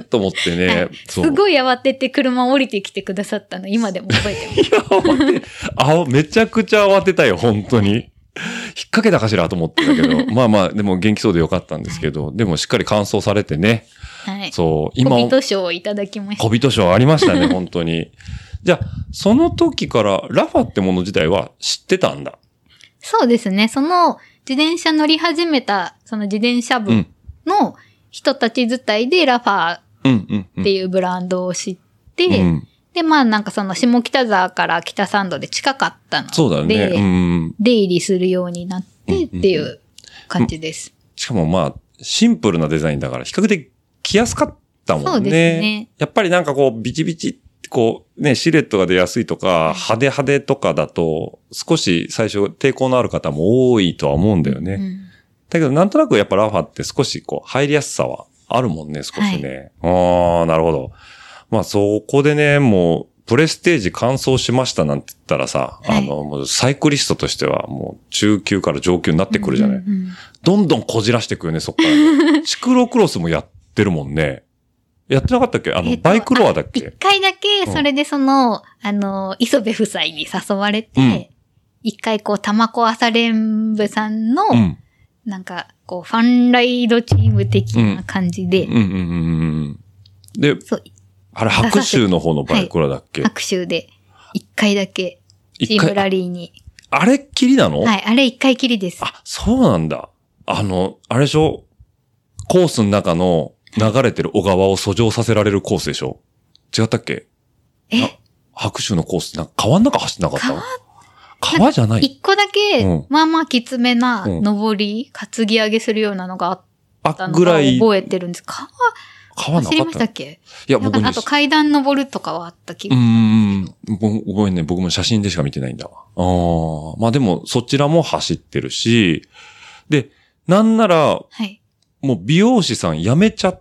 と思ってね。 はい、すごい慌てて車降りてきてくださったの、今でも覚えてます。 めちゃくちゃ慌てたよ、本当に。引っ掛けたかしらと思ってたけど、まあまあ、でも元気そうでよかったんですけど、はい、でもしっかり完走されてね。 はい。 そう、 今。小人賞をいただきました。 小人賞ありましたね、本当に。じゃあ、その時からラファってもの自体は知ってたんだ。 そうですね。その自転車乗り始めた、その自転車部の人たち伝いでラファっていうブランドを知って、で、まあなんかその下北沢から北参道で近かったので、 そうだよね。 出入りするようになってっていう感じです。 しかもまあ、シンプルなデザインだから比較的着やすかったもんね。そうですね。やっぱりなんかこう、ビチビチこうね、シルエットが出やすいとか、派手派手とかだと、少し最初抵抗のある方も多いとは思うんだよね。だけどなんとなくやっぱラファって少しこう入りやすさはあるもんね、少しね。ああ、なるほど。まあそこでね、もうプレステージ完走しましたなんて言ったらさ、もうサイクリストとしてはもう中級から上級になってくるじゃない。どんどんこじらしていくよね、そっから、ね。シクロクロスもやってるもんね。やってなかったっけバイクロアだっけ一回だけ、それでその、磯部夫妻に誘われて、一回こう、玉子朝練部さんの、なんか、こう、ファンライドチーム的な感じで。 で、あれ、白州の方のバイクロアだっけ、 白州で、一回だけ、チームラリーに。 あれっきりなの？ はい、あれ一回きりです。 あ、そうなんだ。あれでしょ？コースの中の、流れてる小川を遡上させられるコースでしょ？違ったっけ？白州のコースなんか川の中走ってなかった？川じゃない？ 一個だけ、まあまあきつめな登り、担ぎ上げするようなのがあったのが覚えてるんです。川なかった。走りましたっけ？いや、僕ね。あと階段登るとかはあった気がする。 ごめんね。僕も写真でしか見てないんだわ。まあでも、そちらも走ってるし、で、なんなら、もう美容師さん辞めちゃって、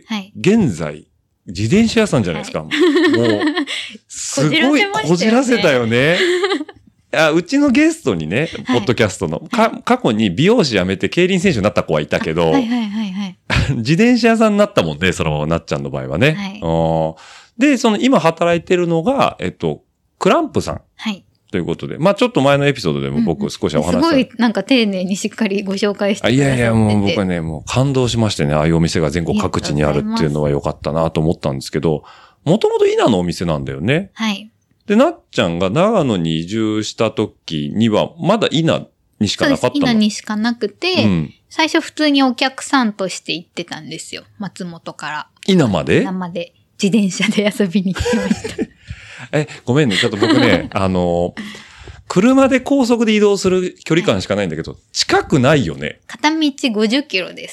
現在、自転車屋さんじゃないですか。もう、すごいこじらせたよね。うちのゲストにね、ポッドキャストの、過去に美容師辞めて競輪選手になった子はいたけど、自転車屋さんになったもんね、そのなっちゃんの場合はね。で、その今働いてるのが、クランプさん。ということで。まあちょっと前のエピソードでも僕少しお話した。 すごいなんか丁寧にしっかりご紹介してくださってて。 いやいや、もう僕はね、もう感動しましてね、ああいうお店が全国各地にあるっていうのは良かったなと思ったんですけど、もともと稲のお店なんだよね。で、なっちゃんが長野に移住した時には、まだ稲にしかなかったの？そうです。 稲にしかなくて、最初普通にお客さんとして行ってたんですよ。松本から。 稲まで？ 稲まで自転車で遊びに来ました。 ごめんね。ちょっと僕ね、車で高速で移動する距離感しかないんだけど、近くないよね。 片道50キロです。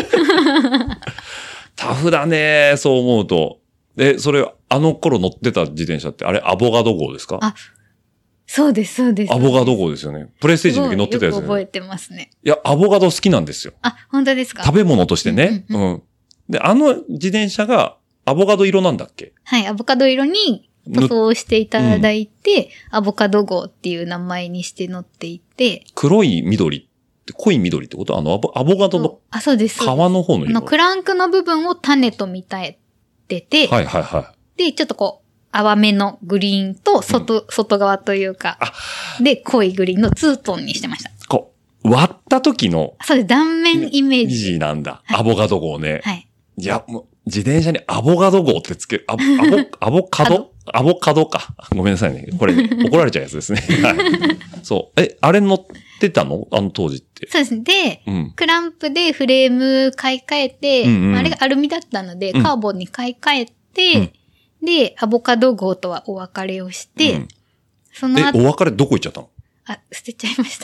タフだね、そう思うと。それ、頃乗ってた自転車って、あれ、アボガド号ですか？ そうです、そうです。 アボガド号ですよね。プレステージの時乗ってたやつね。 よく覚えてますね。 いや、アボガド好きなんですよ。 本当ですか？ 食べ物としてね。で、自転車がアボカド色なんだっけ？ はい、アボカド色に塗装していただいて、アボカド号っていう名前にして乗っていて。 黒い緑って濃い緑ってこと？アボカドのそうです。 皮の方の色。 クランクの部分を種と見立てて、で、ちょっとこう、淡めのグリーンと外側というか、で、濃いグリーンのツートンにしてました。 こう、割った時の。 そうです。断面イメージ。 なんだ。アボカド号ね。いや、もう、自転車にアボカド号ってつける。アボカドか。ごめんなさいね。これ、怒られちゃうやつですね。そう。あれ乗ってたの？当時って。 そうですね。で、クランプでフレーム買い替えて、あれがアルミだったので、カーボンに買い替えて、で、アボカド号とはお別れをして、その後。 お別れどこ行っちゃったの？ 捨てちゃいました。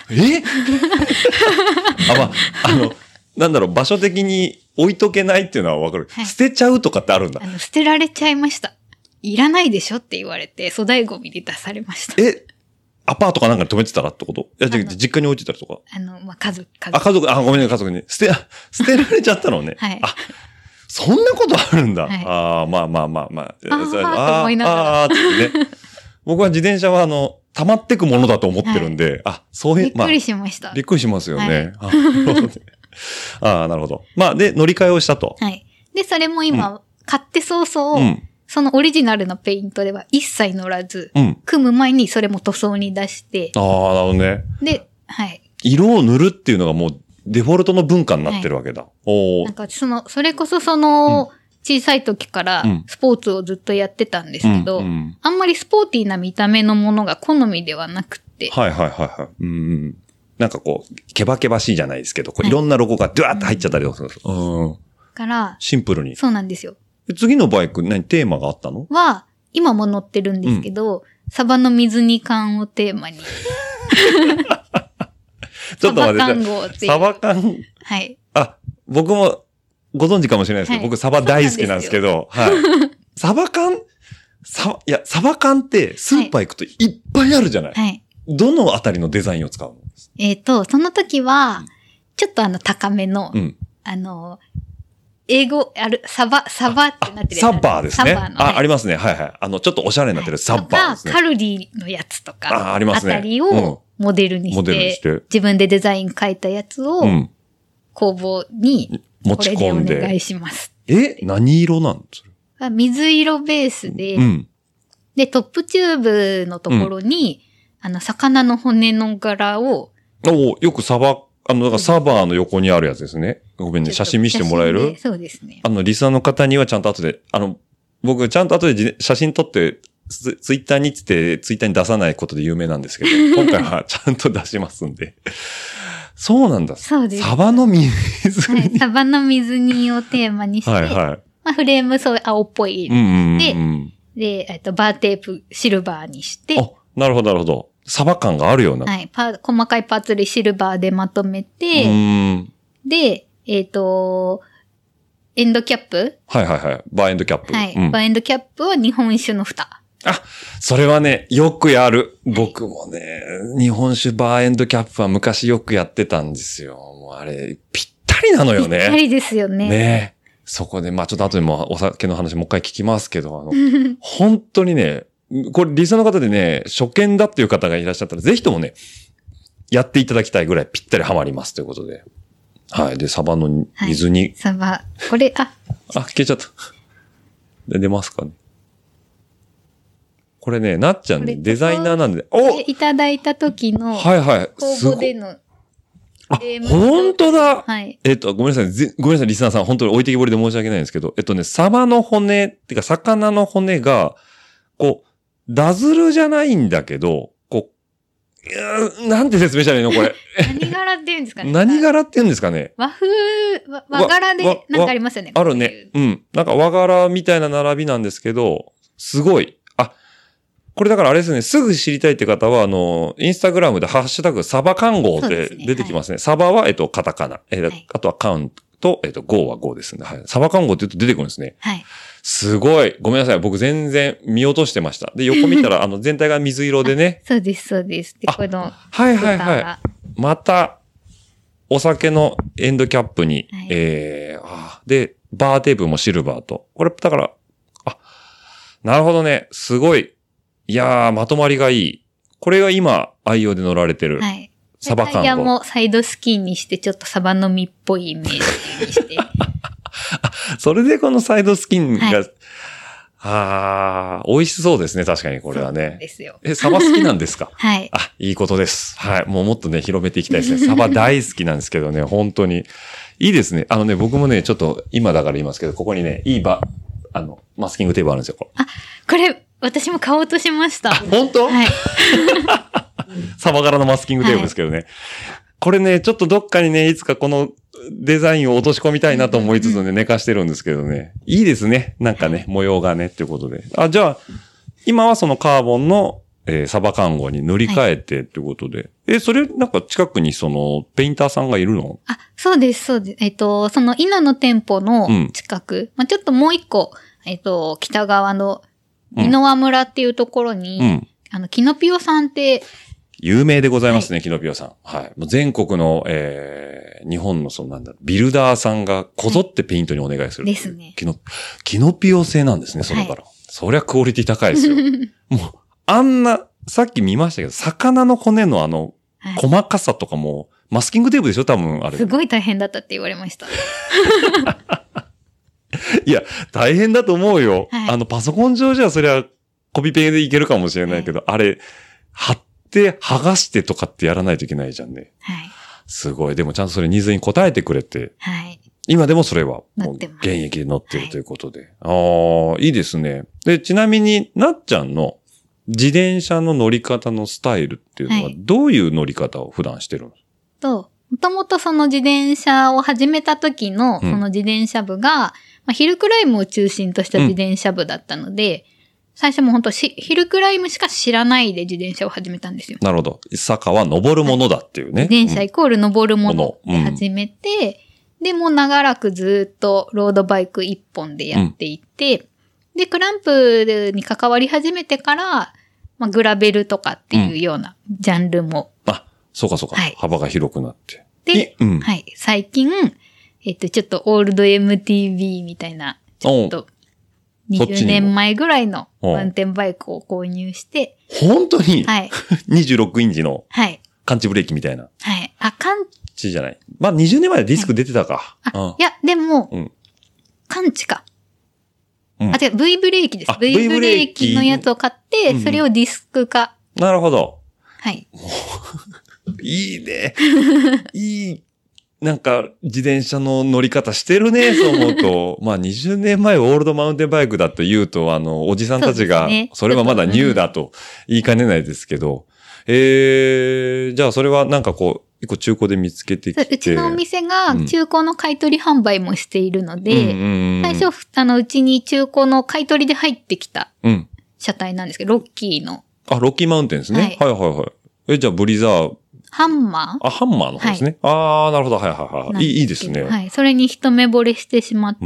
なんだろう、場所的に置いとけないっていうのはわかる。捨てちゃうとかってあるんだ。 捨てられちゃいました。いらないでしょって言われて、粗大ゴミで出されました。 アパートかなんかに止めてたらってこと？いや、実家に置いてたりとか。 家族。 ごめんね、家族に。捨てられちゃったのね。そんなことあるんだ。まあ。 思いながら。 ってね。僕は自転車は溜まってくものだと思ってるんで、そういう、 びっくりしました。 びっくりしますよね。なるほど。まあ、で、乗り換えをしたと。 で、それも今、 買って早々、 うん、 そのオリジナルのペイントでは一切乗らず、 うん、 組む前にそれも塗装に出して。 ああ、なるほどね。 で、はい。 色を塗るっていうのがもうデフォルトの文化になってるわけだ。はい、 なんかそれこそ小さい時からスポーツをずっとやってたんですけど、あんまりスポーティーな見た目のものが好みではなくて。 はいはいはいはい。なんかこう、ケバケバしいじゃないですけど、こういろんなロゴがドゥワーって入っちゃったりとかする。 から、 シンプルに。 そうなんですよ。 次のバイクテーマがあったの？ は、今も乗ってるんですけど、サバの水煮缶をテーマに。 ちょっと待って。 サバ缶号っていう。 サバ缶。 はい。 あ、僕もご存知かもしれないですけど、僕サバ大好きなんですけど、はい。サバ缶サバ缶ってスーパー行くといっぱいあるじゃない？はい。どのあたりのデザインを使うの？ その時は、ちょっと高めの、英語、サバってなってるやつ。 サッバーですね。 サッバーの。 ありますね。はいはい。ちょっとおしゃれになってるサッバーですね。 カルディのやつとか、 ありますね。 あたりをモデルにして、自分でデザイン書いたやつを、工房に、 持ち込んで。 これでお願いします。 何色なんですか？水色ベースで、で、トップチューブのところに、魚の骨の柄を、 よくだからサバーの横にあるやつですね。ごめんね、写真見せてもらえる？ そうですね。 リスナーの方にはちゃんと後で、僕ちゃんと後で写真撮って、ツイッターにツイッターに出さないことで有名なんですけど、今回はちゃんと出しますんで。そうなんだ。 そうです。 サバの水煮。 はい、サバの水煮をテーマにして、はいはい。まあ、フレーム青っぽい。で、バーテープシルバーにして。 なるほど、なるほど。サバ感があるような。 はい。細かいパーツ類シルバーでまとめて、で、エンドキャップ？ はいはいはい。バーエンドキャップ。 はい。バーエンドキャップは日本酒の蓋。 それはね、よくやる。僕もね、日本酒バーエンドキャップは昔よくやってたんですよ。もうあれ、ぴったりなのよね。 ぴったりですよね。 ね。そこで、ちょっと後でもお酒の話もう一回聞きますけど、本当にね、これ、リスナーの方でね、初見だっていう方がいらっしゃったら、ぜひともね、やっていただきたいぐらいぴったりハマりますということで。はい。で、サバの水煮。 サバ。これ、 消えちゃった。で、出ますかね。これね、なっちゃんね、デザイナーなんで。 いただいた時の、 はいはい。 公募での。 本当だ。 はい。 ごめんなさい。リスナーさん、本当に置いてきぼりで申し訳ないんですけど、サバの骨、ってか、魚の骨が、ダズルじゃないんだけど、なんて説明したらいいのこれ。 何柄って言うんですかね。 何柄って言うんですかね。 和柄で、なんかありますよね。 あるね。なんか和柄みたいな並びなんですけど、すごい。これだからあれですね、すぐ知りたいって方は、インスタグラムでハッシュタグサバ缶号って出てきますね。サバは、カタカナ。あとはカウント、号は号ですね。はい。サバ缶号って言うと出てくるんですね。 はい。 すごい。ごめんなさい。僕全然見落としてました。で、横見たら、全体が水色でね。 そうです、そうです。で、この。 はいはいはい。また、お酒のエンドキャップに、で、バーテープもシルバーと。これ、だから、なるほどね。すごい。いやー、まとまりがいい。これが今、愛用で乗られてる。はい。サバ缶号。タイヤもサイドスキンにして、ちょっとサバの実っぽいイメージにして。 それでこのサイドスキンが、美味しそうですね。確かにこれはね。 そうですよ。 サバ好きなんですか？ はい。 いいことです。はい。もっとね、広めていきたいですね。サバ大好きなんですけどね、本当に。いいですね。僕もね、ちょっと今だから言いますけど、ここにね、いいマスキングテープあるんですよ。 これ、私も買おうとしました。 本当？はい。サバ柄のマスキングテープですけどね。これね、ちょっとどっかにね、いつかこのデザインを落とし込みたいなと思いつつね、寝かしてるんですけどね。いいですね。なんかね、模様がね、っていうことで。じゃあ、今はそのカーボンの、サバ缶号に塗り替えてっていうことで。それなんか近くにペインターさんがいるの？ そうです、そうです。その稲の店舗の近く、ちょっともう一個、北側の宜野湾村っていうところに、キノピオさんって、 有名でございますね、キノピオさん。はい。もう全国の、日本のビルダーさんがこぞってペイントにお願いする。 ですね。 キノピオ製なんですね、それから。そりゃクオリティ高いですよ。もう、さっき見ましたけど、魚の骨の細かさとかも、マスキングテープでしょ多分、あれ。 すごい大変だったって言われました。 いや、大変だと思うよ。 はい、 パソコン上じゃそれはコピペでいけるかもしれないけど、あれ、貼って剥がしてとかってやらないといけないじゃんね。 はい。 すごい。でもちゃんとそれニーズに応えてくれて。 はい。 今でもそれはもう現役で乗ってるということで。はい、いいですね。で、ちなみになっちゃんの自転車の乗り方のスタイルっていうのはどういう乗り方を普段してるの？ もともとその自転車を始めた時のその自転車部が、ヒルクライムを中心とした自転車部だったので、最初も本当ヒルクライムしか知らないで自転車を始めたんですよ。 なるほど。坂は登るものだっていうね。 自転車イコール登るもので始めて、で、もう長らくずっとロードバイク一本でやっていて、で、クランプに関わり始めてから、グラベルとかっていうようなジャンルも。 そうかそうか。はい、幅が広くなって。 で、はい。最近、ちょっとオールド MTB みたいな、ちょっと、20年前ぐらいのマウンテンバイクを購入して。 本当に？ はい。 26インチの。 はい。 感知ブレーキみたいな。 はい。 感知じゃない。20年前でディスク出てたか。 いや、でも、感知か。違う、V ブレーキです。V ブレーキのやつを買って、それをディスク化。 なるほど。 はい。 いいね。いい。なんか、自転車の乗り方してるね、そう思うと。20年前オールドマウンテンバイクだと言うと、おじさんたちが、それはまだニューだと言いかねないですけど。じゃあそれはなんか一個中古で見つけてきて。 うちのお店が中古の買い取り販売もしているので、最初、うちに中古の買い取りで入ってきた車体なんですけど、ロッキーの。 ロッキーマウンテンですね。はいはいはい。じゃあブリザー。 ハンマー？ ハンマーの方ですね。なるほど。はいはいはい。いいですね。 はい。それに一目惚れしてしまって、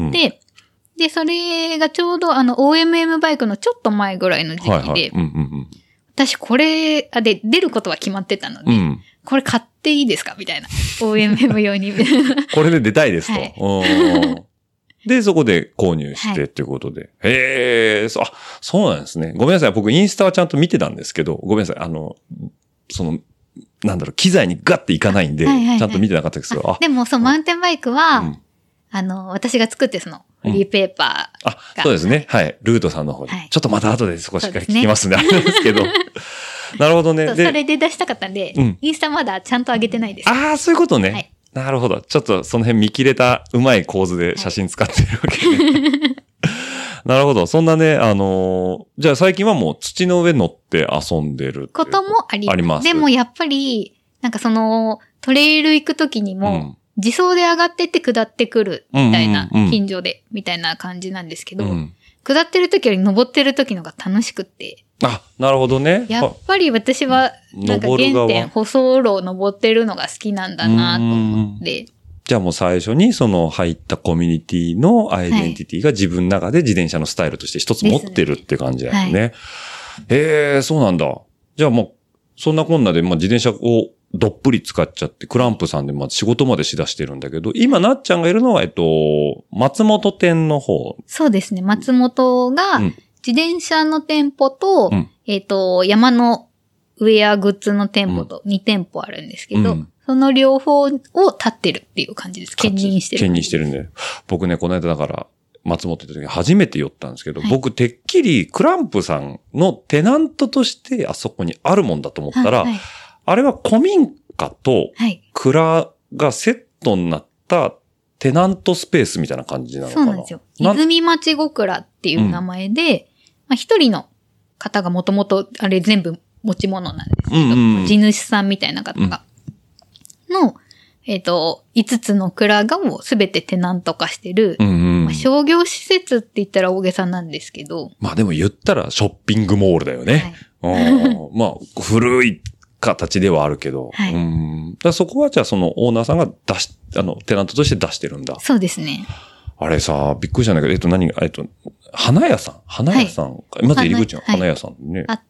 で、それがちょうどOMM バイクのちょっと前ぐらいの時期で、私これ、で、出ることは決まってたので、これ買っていいですかみたいな。OMM 用に。 これで出たいですと。で、そこで購入してっていうことで。そうなんですね。ごめんなさい。僕インスタはちゃんと見てたんですけど、ごめんなさい。機材にガッていかないんで、ちゃんと見てなかったですけど。 でも、マウンテンバイクは、私が作ってフリーペーパーが。 そうですね。はい。ルートさんの方に。ちょっとまた後でそこしっかり聞きますね。あれですけど。なるほどね。 それで出したかったんで、インスタまだちゃんと上げてないです。 そういうことね。なるほど。ちょっとその辺見切れたうまい構図で写真使ってるわけね。なるほど。そんなね、じゃあ最近はもう土の上乗って遊んでることもあります。でもやっぱり、なんかトレイル行くときにも、自走で上がってって下ってくるみたいな、近所で、みたいな感じなんですけど、下ってるときより登ってるときのが楽しくて。 なるほどね。 やっぱり私は、なんか原点、舗装路を登ってるのが好きなんだなと思って。 じゃあもう最初に入ったコミュニティのアイデンティティが自分の中で自転車のスタイルとして一つ持ってるって感じだよね。そうなんだ。じゃあもう、そんなこんなで、自転車をどっぷり使っちゃって、クランプさんで仕事までしだしてるんだけど、今なっちゃんがいるのは、松本店の方。 そうですね。松本が、自転車の店舗と、山のウェアグッズの店舗と2店舗あるんですけど、その両方を立ってるっていう感じです。兼任してる。 兼任してるんで。僕ね、この間だから、松本って時初めて寄ったんですけど、僕てっきりクランプさんのテナントとしてあそこにあるもんだと思ったら、あれは古民家と蔵がセットになったテナントスペースみたいな感じなのかな。 そうなんですよ。泉町小倉っていう名前で、一人の方がもともとあれ全部持ち物なんですけど、地主さんみたいな方が。の、5つの蔵がもうすべてテナント化してる、商業施設って言ったら大げさなんですけど。 でも言ったらショッピングモールだよね。古い形ではあるけど。だそこはじゃあそのオーナーさんがテナントとして出してるんだ。 そうですね。 あれさ、びっくりしたんだけど、花屋さんまず入り口の花屋さんね。 あって、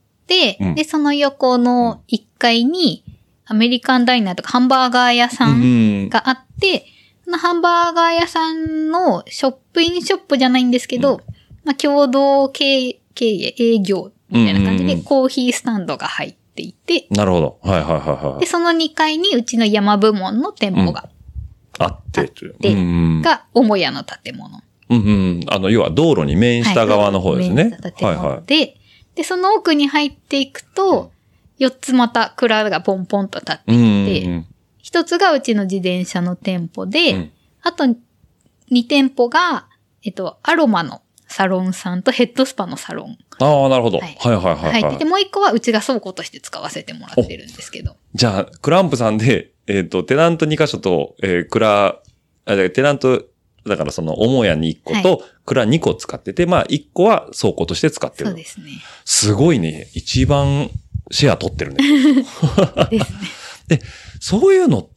で、その横の1階に、アメリカンダイナーとかハンバーガー屋さんがあって、そのハンバーガー屋さんのショップインショップじゃないんですけど、共同経営、営業みたいな感じでコーヒースタンドが入っていて。 なるほど。で、 その2階にうちの山部門の店舗があって、 が母屋の建物。 要は道路に面した側の方ですね。 はいはい。で、その奥に入っていくと、4つまた蔵がポンポンと立っていて、1つがうちの自転車の店舗で、あと2店舗が、アロマのサロンさんとヘッドスパのサロン。 ああ、なるほど。はいはいはい。 はい。で、もう1個はうちが倉庫として使わせてもらってるんですけど。 じゃあ、クランプさんで、テナント2箇所と、テナント、だからその、母屋に1個と、蔵2個使ってて、まあ、1個は倉庫として使ってる。 そうですね。 すごいね。一番シェア取ってるね。 ですね。 で、そういうのって、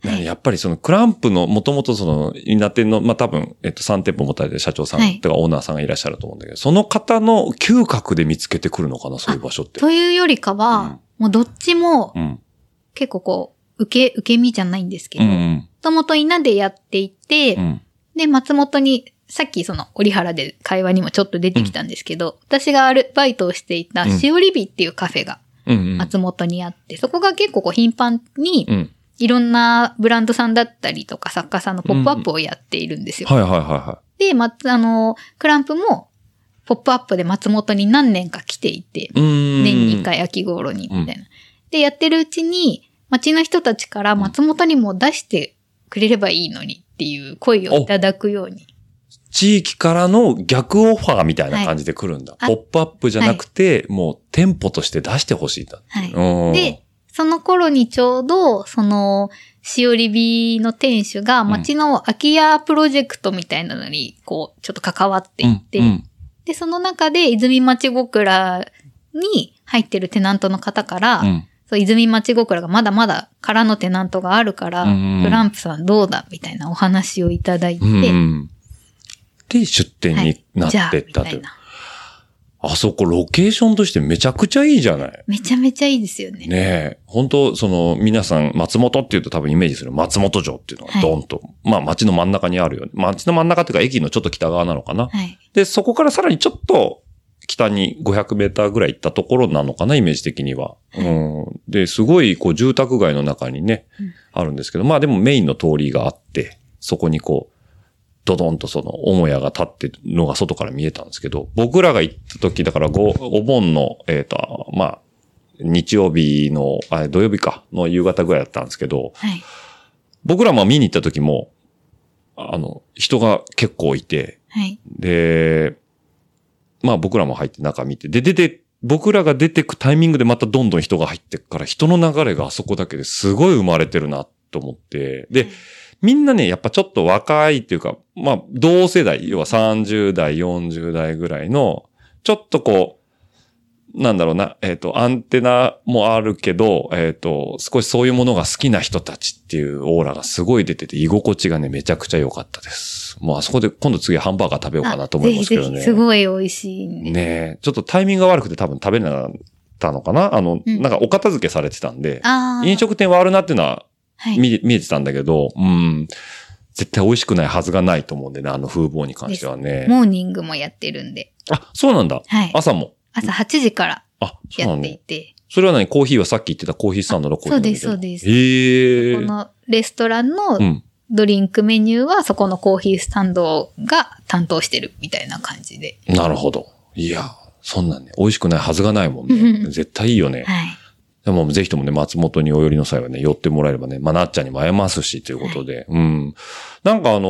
やっぱりそのクランプの、もともとその、稲店の、まあ、多分、3店舗持たれてる社長さんとかオーナーさんがいらっしゃると思うんだけど、その方の嗅覚で見つけてくるのかな、そういう場所って。 というよりかは、もうどっちも、結構こう、受け身じゃないんですけど、もともと稲でやっていて、で、松本に、さっきその、折原で会話にもちょっと出てきたんですけど、私がアルバイトをしていた、しおりびっていうカフェが、松本にあって、そこが結構こう頻繁に、いろんなブランドさんだったりとか作家さんのポップアップをやっているんですよ。 はいはいはい。 で、クランプも、ポップアップで松本に何年か来ていて、年に1回秋頃に、みたいな。で、やってるうちに、町の人たちから松本にも出してくれればいいのにっていう声をいただくように。 地域からの逆オファーみたいな感じで来るんだ。ポップアップじゃなくて、もう店舗として出してほしいんだ。 はい。で、その頃にちょうど、その、しおりびの店主が町の空き家プロジェクトみたいなのに、こう、ちょっと関わっていって、で、その中で泉町ごくらに入ってるテナントの方から、そう泉町ごくらがまだまだ空のテナントがあるから、クランプさんどうだみたいなお話をいただいて、で、 出店になってったという。あそこロケーションとしてめちゃくちゃいいじゃない。 めちゃめちゃいいですよね。 ねえ。本当その皆さん松本っていうと多分イメージする松本城っていうのがドンと、まあ街の真ん中にあるよ。街の真ん中っていうか駅のちょっと北側なのかな。で、そこからさらにちょっと北に500メーターぐらい行ったところなのかな、イメージ的には。で、すごいこう住宅街の中にね、あるんですけど、まあでもメインの通りがあって、そこにこう、ドドンとその母屋が立ってるのが外から見えたんですけど、僕らが行った時、だからお盆の、まあ、日曜日の、土曜日か、の夕方ぐらいだったんですけど、僕らも見に行った時も、人が結構いて、で、まあ僕らも入って中見て、で、僕らが出てくタイミングでまたどんどん人が入ってくから、人の流れがあそこだけですごい生まれてるなと思って、で、みんなね、やっぱちょっと若いっていうか、まあ、同世代、要は30代、40代ぐらいの、ちょっとこう、なんだろうな、アンテナもあるけど、少しそういうものが好きな人たちっていうオーラがすごい出てて、居心地がね、めちゃくちゃ良かったです。もうあそこで今度次ハンバーガー食べようかなと思いますけどね。 ぜひすごい美味しいんで。 ねえ、ちょっとタイミングが悪くて多分食べなかったのかな、なんかお片付けされてたんで、飲食店はあるなっていうのは、見えてたんだけど、絶対美味しくないはずがないと思うんでね、風貌に関してはね。 モーニングもやってるんで。 あ、そうなんだ。朝も。 朝8時からやっていて。 それは何？コーヒーはさっき言ってたコーヒースタンドのコーヒー？ そうです、そうです。このレストランのドリンクメニューはそこのコーヒースタンドが担当してるみたいな感じで。 なるほど。いや、そんなんね、美味しくないはずがないもんね。絶対いいよね。でもぜひともね、松本にお寄りの際はね、寄ってもらえればね、まあ、なっちゃんにも会えますし、ということで。なんか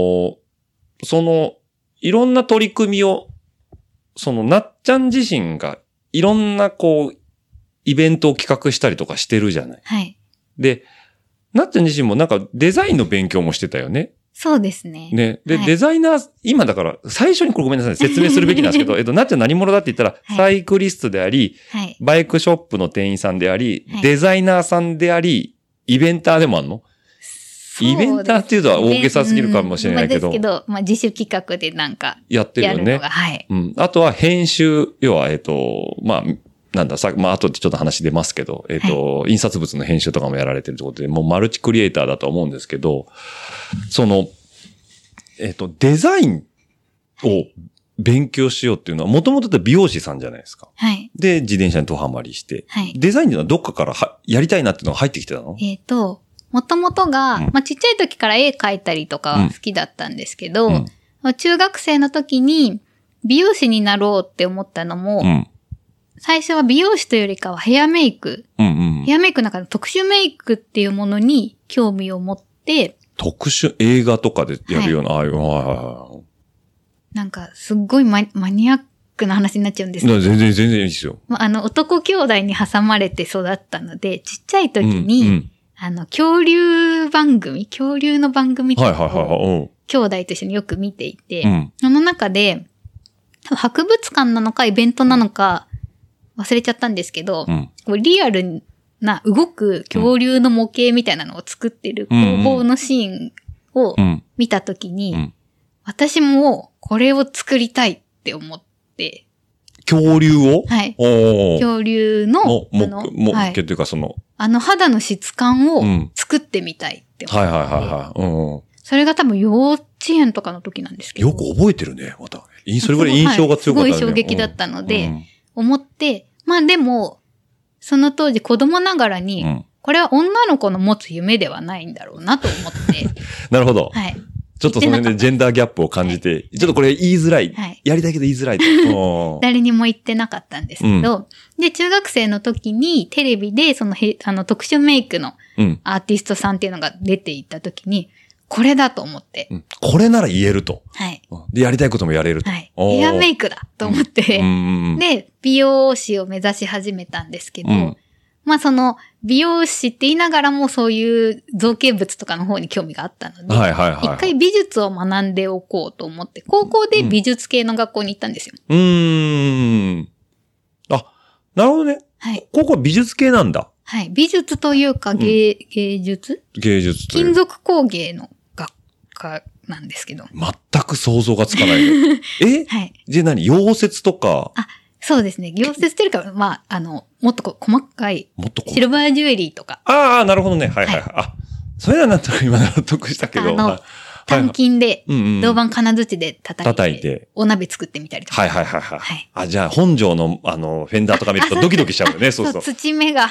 いろんな取り組みを、なっちゃん自身が、いろんなこう、イベントを企画したりとかしてるじゃない。で、なっちゃん自身もなんかデザインの勉強もしてたよね。 そうですね。 ね。で、デザイナー、今だから、最初にこれごめんなさい、説明するべきなんですけど、なっちゃん何者だって言ったら、サイクリストであり、バイクショップの店員さんであり、デザイナーさんであり、イベンターでもあるの？イベンターっていうのは大げさすぎるかもしれないけど。 ですけど、まあ、自主企画でなんか。 やってるよね。あとは編集、要は、まあ、なんだ、まあ、後でちょっと話出ますけど、印刷物の編集とかもやられてるってことで、もうマルチクリエイターだと思うんですけど、デザインを勉強しようっていうのは、もともと美容師さんじゃないですか。で、自転車にドハマりして。デザインっていうのはどっかからやりたいなっていうのが入ってきてたの？もともとが、まあ、ちっちゃい時から絵描いたりとかは好きだったんですけど、 中学生の時に美容師になろうって思ったのも、最初は美容師というよりかはヘアメイク。ヘアメイクの中の特殊メイクっていうものに興味を持って、 特殊映画とかでやるような、 なんかすっごいマニアックな話になっちゃうんですけど。 全然いいですよ。 男兄弟に挟まれて育ったので、ちっちゃい時に、恐竜の番組とかを兄弟と一緒によく見ていて、その中で、博物館なのかイベントなのか忘れちゃったんですけど、リアルな動く恐竜の模型みたいなのを作ってる工房のシーンを見た時に、私もこれを作りたいって思って。 恐竜を？ はい。恐竜の模型というか肌の質感を作ってみたいって思って。それが多分幼稚園とかの時なんですけど。 よく覚えてるね、また。それぐらい印象が強かったね。 すごい衝撃だったので、思って、まあでも、その当時子供ながらに、これは女の子の持つ夢ではないんだろうなと思って。 なるほど。 はい。 ちょっとその辺でジェンダーギャップを感じて、ちょっとこれ言いづらい。やりたいけど言いづらい。 誰にも言ってなかったんですけど、で、中学生の時にテレビで特殊メイクのアーティストさんっていうのが出ていた時に、これだと思って。 これなら言えると。 はい。 で、やりたいこともやれると。 はい。ヘアメイクだと思って。で、美容師を目指し始めたんですけど、まあ美容師って言いながらもそういう造形物とかの方に興味があったので、一回美術を学んでおこうと思って、高校で美術系の学校に行ったんですよ。 なるほどね。 はい。 高校は美術系なんだ。 はい。美術というか芸術金属工芸の学科なんですけど。 全く想像がつかない。 はい。 じゃあ溶接とか。 そうですね。溶接っていうか、まあ、もっと細かい。シルバージュエリーとか。 なるほどね。はい。それはなんとなく今納得したけど。 単金で、銅板金槌で叩いて、お鍋作ってみたりとか。 はい。じゃあ、本庄の、フェンダーとか見るとドキドキしちゃうよね、そう。 土目が。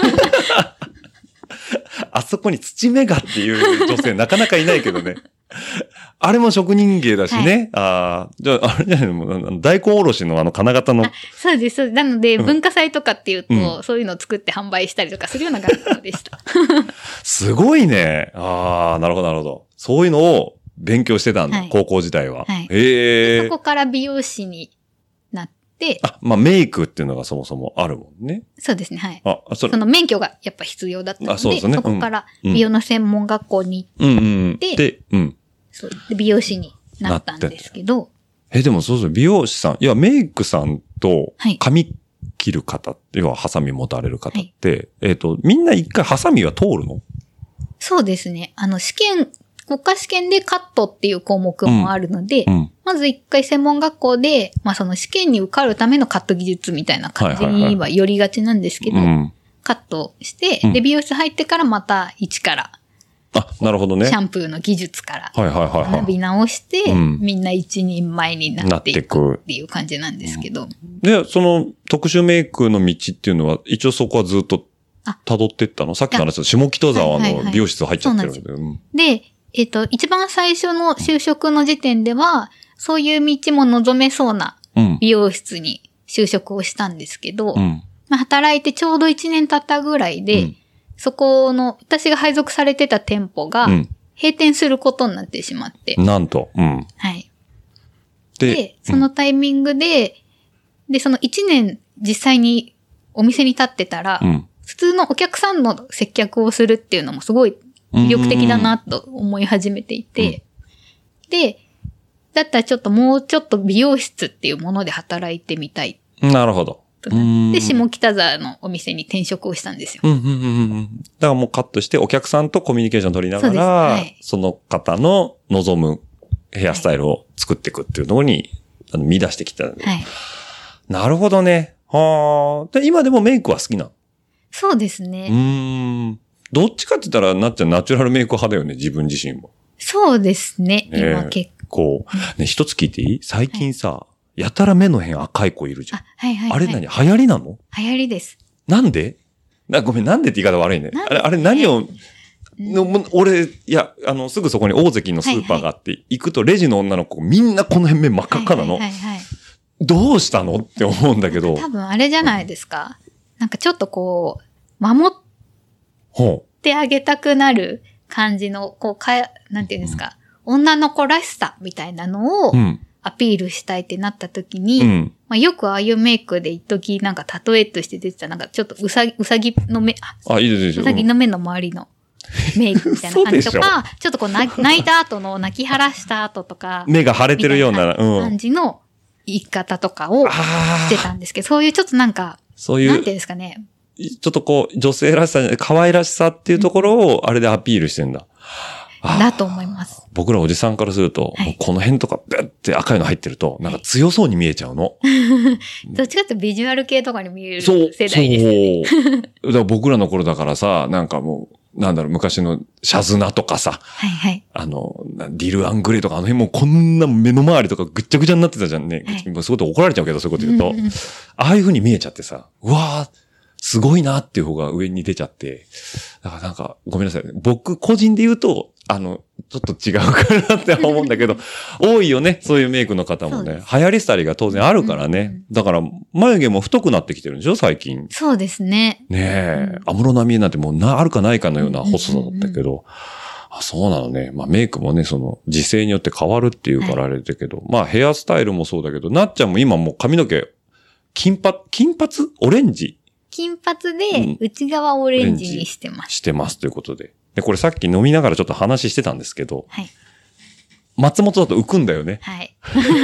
あそこに土目がっていう女性なかなかいないけどね。あれも職人芸だしね。じゃあ、あれじゃないの、大根おろしの金型の。 そうです。なので、文化祭とかっていうと、そういうのを作って販売したりとかするような学校でした。 すごいね。なるほど。そういうのを勉強してたんだ、高校時代は。 そこから美容師になって。 まあメイクっていうのがそもそもあるもんね。 そうですね、はい。その免許がやっぱ必要だったので、そこから美容の専門学校に行って、美容師になったんですけど。 でもそう美容師さん、いやメイクさんと髪切る方、要はハサミ持たれる方って、みんな一回ハサミは通るの？ そうですね。国家試験でカットっていう項目もあるので、まず一回専門学校で、まあその試験に受かるためのカット技術みたいな感じには寄りがちなんですけど、カットして、で、美容室入ってからまた一から、 なるほどね。 シャンプーの技術から学び直して、みんな一人前になっていくっていう感じなんですけど。 で、その特殊メイクの道っていうのは、一応そこはずっと辿ってったの？さっきの話、下北沢の美容室入っちゃってるんで。で、一番最初の就職の時点では、そういう道も望めそうな美容室に就職をしたんですけど、まあ、働いてちょうど1年経ったぐらいで、そこの、私が配属されてた店舗が、閉店することになってしまって。 なんと。 はい。で、そのタイミングで、その1年実際にお店に立ってたら、普通のお客さんの接客をするっていうのもすごい魅力的だなと思い始めていて、で、だったらもうちょっと美容室っていうもので働いてみたい。 なるほど。 で、下北沢のお店に転職をしたんですよ。 だからもうカットしてお客さんとコミュニケーション取りながら、その方の望むヘアスタイルを作っていくっていうのに見出してきた。なるほどね。で、今でもメイクは好きなの？ そうですね。 どっちかって言ったらなっちゃんナチュラルメイク派だよね、自分自身も。 そうですね、今結構。 ね、一つ聞いていい？最近さ、やたら目の辺赤い子いるじゃん。あれ何？流行りなの？ 流行りです。 なんで？ごめん、なんでって言い方悪いね。あれ何を、 俺、いや、すぐそこに大関のスーパーがあって、行くとレジの女の子、みんなこの辺目真っ赤っかなの。どうしたのって思うんだけど。 多分あれじゃないですか。なんかちょっとこう、守ってあげたくなる感じの、こう、なんていうんですか、女の子らしさみたいなのをアピールしたいってなった時に、まあ、よくああいうメイクで一時なんか例えとして出てた、なんかちょっとうさぎの目、うさぎの目の周りのメイクみたいな感じとか、ちょっとこう泣いた後の泣き晴らした後とか、 目が腫れてるような感じの言い方とかをしてたんですけど、そういうちょっとなんか、そういう、なんていうんですかね。 ちょっとこう、女性らしさ、可愛らしさっていうところをあれでアピールしてんだ。 だと思います。 僕らおじさんからすると、はい、この辺とかベッて赤いの入ってると、なんか強そうに見えちゃうの。 どっちかっていうとビジュアル系とかに見える世代ですね。 そう。だから僕らの頃だからさ、なんかもう、なんだろう、昔のシャズナとかさ、 はいはい、 ディル・アングレイとかあの辺もこんな目の周りとかぐっちゃぐちゃになってたじゃんね。はい、そういうこと怒られちゃうけど、そういうこと言うと。ああいう風に見えちゃってさ、うわー、すごいなっていう方が上に出ちゃって。だからなんか、ごめんなさい。僕個人で言うと、ちょっと違うかなって思うんだけど、多いよね。そういうメイクの方もね。流行り廃りが当然あるからね。だから、眉毛も太くなってきてるんでしょ最近。 そうですね。 ねえ。安室奈美恵なんてもうあるかないかのような細さだったけど。あ、そうなのね。まあメイクもね、時勢によって変わるっていうからあれだけど。はい、まあヘアスタイルもそうだけど、なっちゃんも今もう髪の毛、金髪オレンジ金髪で、内側オレンジにしてます。 してますということで。で、これさっき飲みながらちょっと話してたんですけど、 はい、 松本だと浮くんだよね。 はい。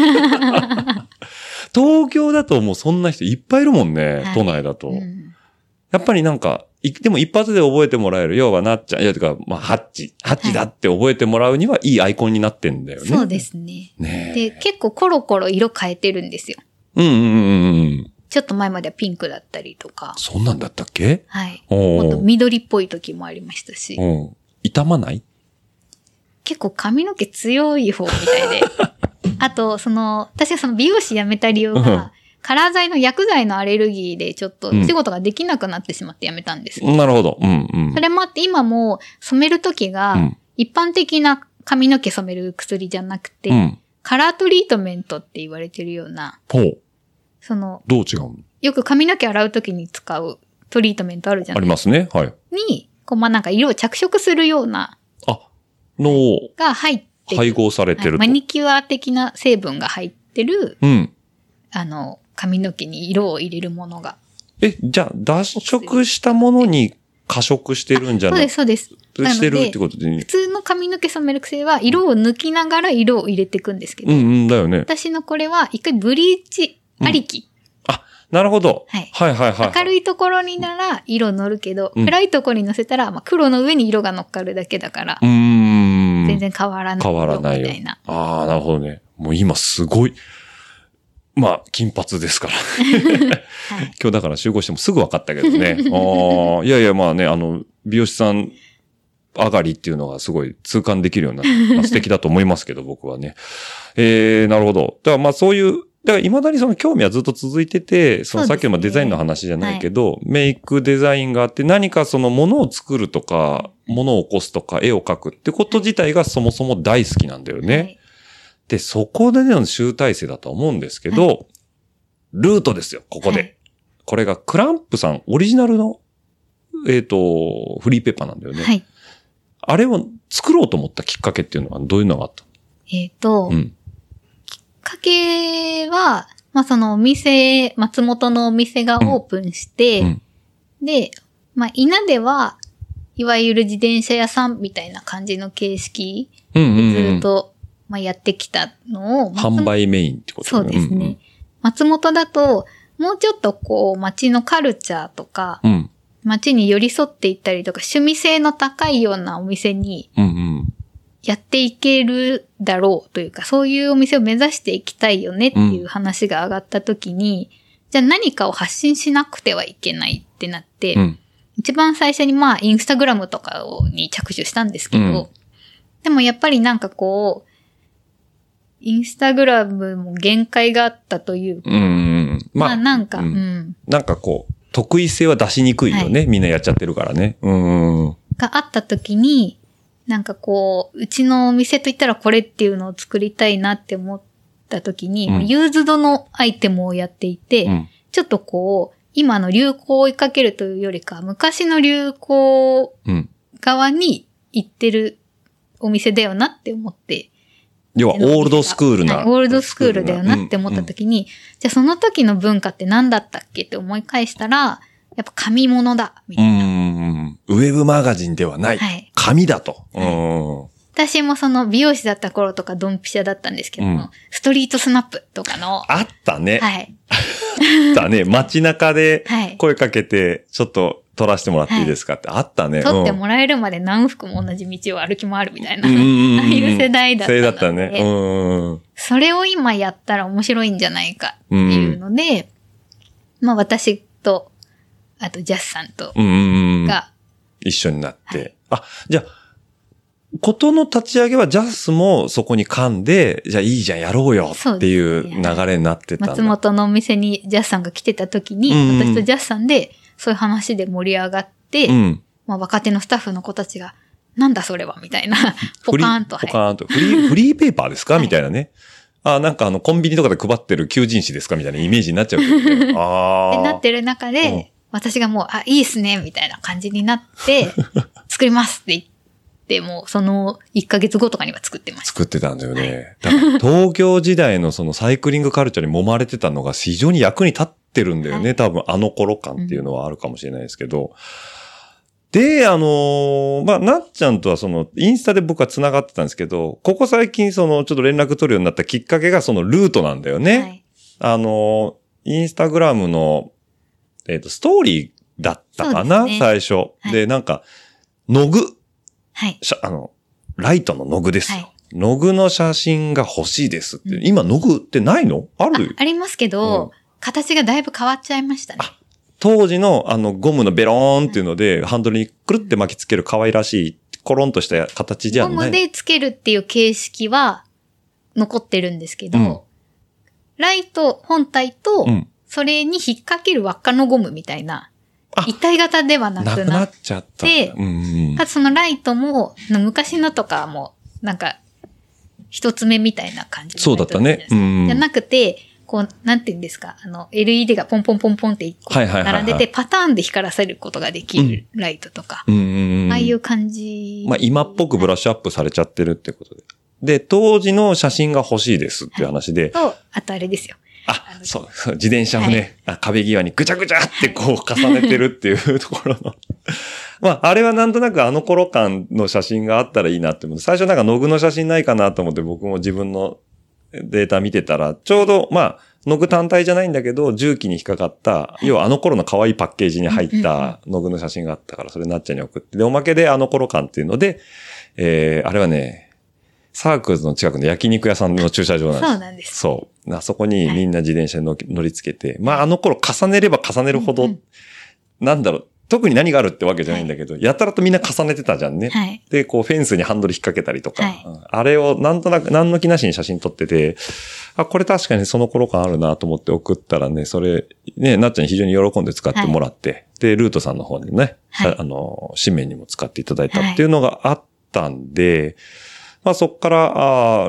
東京だともうそんな人いっぱいいるもんね、はい、都内だと。やっぱりなんか、でも一発で覚えてもらえる。要はなっちゃん、いや、てか、まあ、ハッチだって覚えてもらうにはいいアイコンになってんだよね。 そうですね。で、結構コロコロ色変えてるんですよ。ちょっと前まではピンクだったりとか。 そんなんだったっけ？ はい。もっと緑っぽい時もありましたし。 傷まない？ 結構髪の毛強い方みたいで。あと、私が美容師辞めた理由が、カラー剤の薬剤のアレルギーでちょっと仕事ができなくなってしまって辞めたんですよ。 なるほど。 それもあって今も染める時が、一般的な髪の毛染める薬じゃなくて、カラートリートメントって言われてるような。 どう違うの？ よく髪の毛洗うときに使うトリートメントあるじゃないですか。 ありますね。はい。 に、まあ、なんか色を着色するような。が入ってる。 配合されてると。 マニキュア的な成分が入ってる。髪の毛に色を入れるものが。 じゃあ、脱色したものに加色してるんじゃない？ そうです。 してるってことで、 普通の髪の毛染める癖は色を抜きながら色を入れていくんですけど。 だよね。 私のこれは一回ブリーチありき。 なるほど。はい。 明るいところになら色乗るけど、暗いところに乗せたら、黒の上に色が乗っかるだけだから、全然変わらない。 変わらないよ。みたいな。ああ、なるほどね。もう今すごい、まあ、金髪ですから。今日だから集合してもすぐ分かったけどね。いやいや、まあね、美容師さん上がりっていうのがすごい痛感できるような、素敵だと思いますけど、僕はね。なるほど。だからまあそういう、だから未だに興味はずっと続いてて、さっきのデザインの話じゃないけど、メイクデザインがあって何か物を作るとか、物を起こすとか、絵を描くってこと自体がそもそも大好きなんだよね。で、そこでの集大成だと思うんですけど、ルートですよ、ここで。これがクランプさんオリジナルの、フリーペーパーなんだよね。あれを作ろうと思ったきっかけっていうのはどういうのがあったの？ きっかけは、まあ、松本のお店がオープンして、で、まあ、稲では、いわゆる自転車屋さんみたいな感じの形式でずっと、まあ、やってきたのを。 販売メインってことそうですね。松本だと、もうちょっと街のカルチャーとか、街に寄り添っていったりとか、趣味性の高いようなお店に、やっていけるだろうというか、そういうお店を目指していきたいよねっていう話が上がった時に、じゃあ何かを発信しなくてはいけないってなって、一番最初にまあインスタグラムとかに着手したんですけど、でもやっぱりなんかインスタグラムも限界があったというか、まあなんか、 なんか得意性は出しにくいよね。みんなやっちゃってるからね。 があった時に、なんかこう、うちのお店といったらこれっていうのを作りたいなって思った時に、ユーズドのアイテムをやっていて、ちょっとこう、今の流行を追いかけるというよりか、昔の流行側に行ってるお店だよなって思って。 要はオールドスクールな。 はい、オールドスクールだよなって思った時に、じゃあその時の文化って何だったっけって思い返したら、やっぱ紙物だ、みたいな。 ウェブマガジンではない。はい、紙だと、 私もその美容師だった頃とかドンピシャだったんですけども、ストリートスナップとかの。 あったね。 はい。 あったね。街中で声かけて、ちょっと撮らせてもらっていいですかってあったね。 撮ってもらえるまで何服も同じ道を歩き回るみたいな、ああいう世代だったので。世代だったね。それを今やったら面白いんじゃないかっていうので、まあ私と、あとジャスさんとが、 一緒になって。あ、じゃあ、ことの立ち上げはジャスもそこに噛んで、じゃあいいじゃんやろうよっていう流れになってたんだ。 松本のお店にジャスさんが来てた時に、私とジャスさんでそういう話で盛り上がって、まあ若手のスタッフの子たちが、なんだそれはみたいな、ポカーンと。 ポカーンと。フリーペーパーですかみたいなね。なんかコンビニとかで配ってる求人誌ですかみたいなイメージになっちゃうけどね。ってなってる中で、私がもう、いいっすね、みたいな感じになって、作りますって言って、もうその1ヶ月後とかには作ってました。 作ってたんだよね。だから東京時代のそのサイクリングカルチャーに揉まれてたのが非常に役に立ってるんだよね。多分あの頃感っていうのはあるかもしれないですけど。で、まあ、なっちゃんとはその、インスタで僕は繋がってたんですけど、ここ最近その、ちょっと連絡取るようになったきっかけがそのルートなんだよね。インスタグラムの、ストーリーだったかな、最初。で、なんか、ノグ。はい。ライトのノグですよ。ノグの写真が欲しいですって。今、ノグってないの？ある？ ありますけど、形がだいぶ変わっちゃいましたね。 当時のゴムのベローンっていうので、ハンドルにくるって巻きつける可愛らしい、コロンとした形じゃない。 ゴムでつけるっていう形式は残ってるんですけど、ライト本体と、それに引っ掛ける輪っかのゴムみたいな、一体型ではなくなっちゃって、かつそのライトも、昔のとかも、なんか、一つ目みたいな感じそうだったね。 じゃなくて、こう、なんていうんですか、LED がポンポンポンポンって一個並んでて、パターンで光らせることができるライトとか、ああいう感じ。 まあ今っぽくブラッシュアップされちゃってるってことで。で、当時の写真が欲しいですっていう話で。 あとあれですよ。 そう、自転車をね、壁際にぐちゃぐちゃってこう重ねてるっていうところの。まあ、あれはなんとなくあの頃感の写真があったらいいなって思って、最初なんかノグの写真ないかなと思って僕も自分のデータ見てたら、ちょうど、まあ、ノグ単体じゃないんだけど、重機に引っかかった、要はあの頃の可愛いパッケージに入ったノグの写真があったから、それなっちゃんに送って、で、おまけであの頃感っていうので、あれはね、サークルズの近くの焼肉屋さんの駐車場なんです。 そうなんです。 そう。あそこにみんな自転車に乗り付けて、まああの頃重ねれば重ねるほど、なんだろう、特に何があるってわけじゃないんだけど、やたらとみんな重ねてたじゃんね。で、こうフェンスにハンドル引っ掛けたりとか、あれをなんとなく何の気なしに写真撮ってて、これ確かにその頃感あるなと思って送ったらね、それ、ね、なっちゃんに非常に喜んで使ってもらって、で、ルートさんの方にね、紙面にも使っていただいたっていうのがあったんで、まあそっから、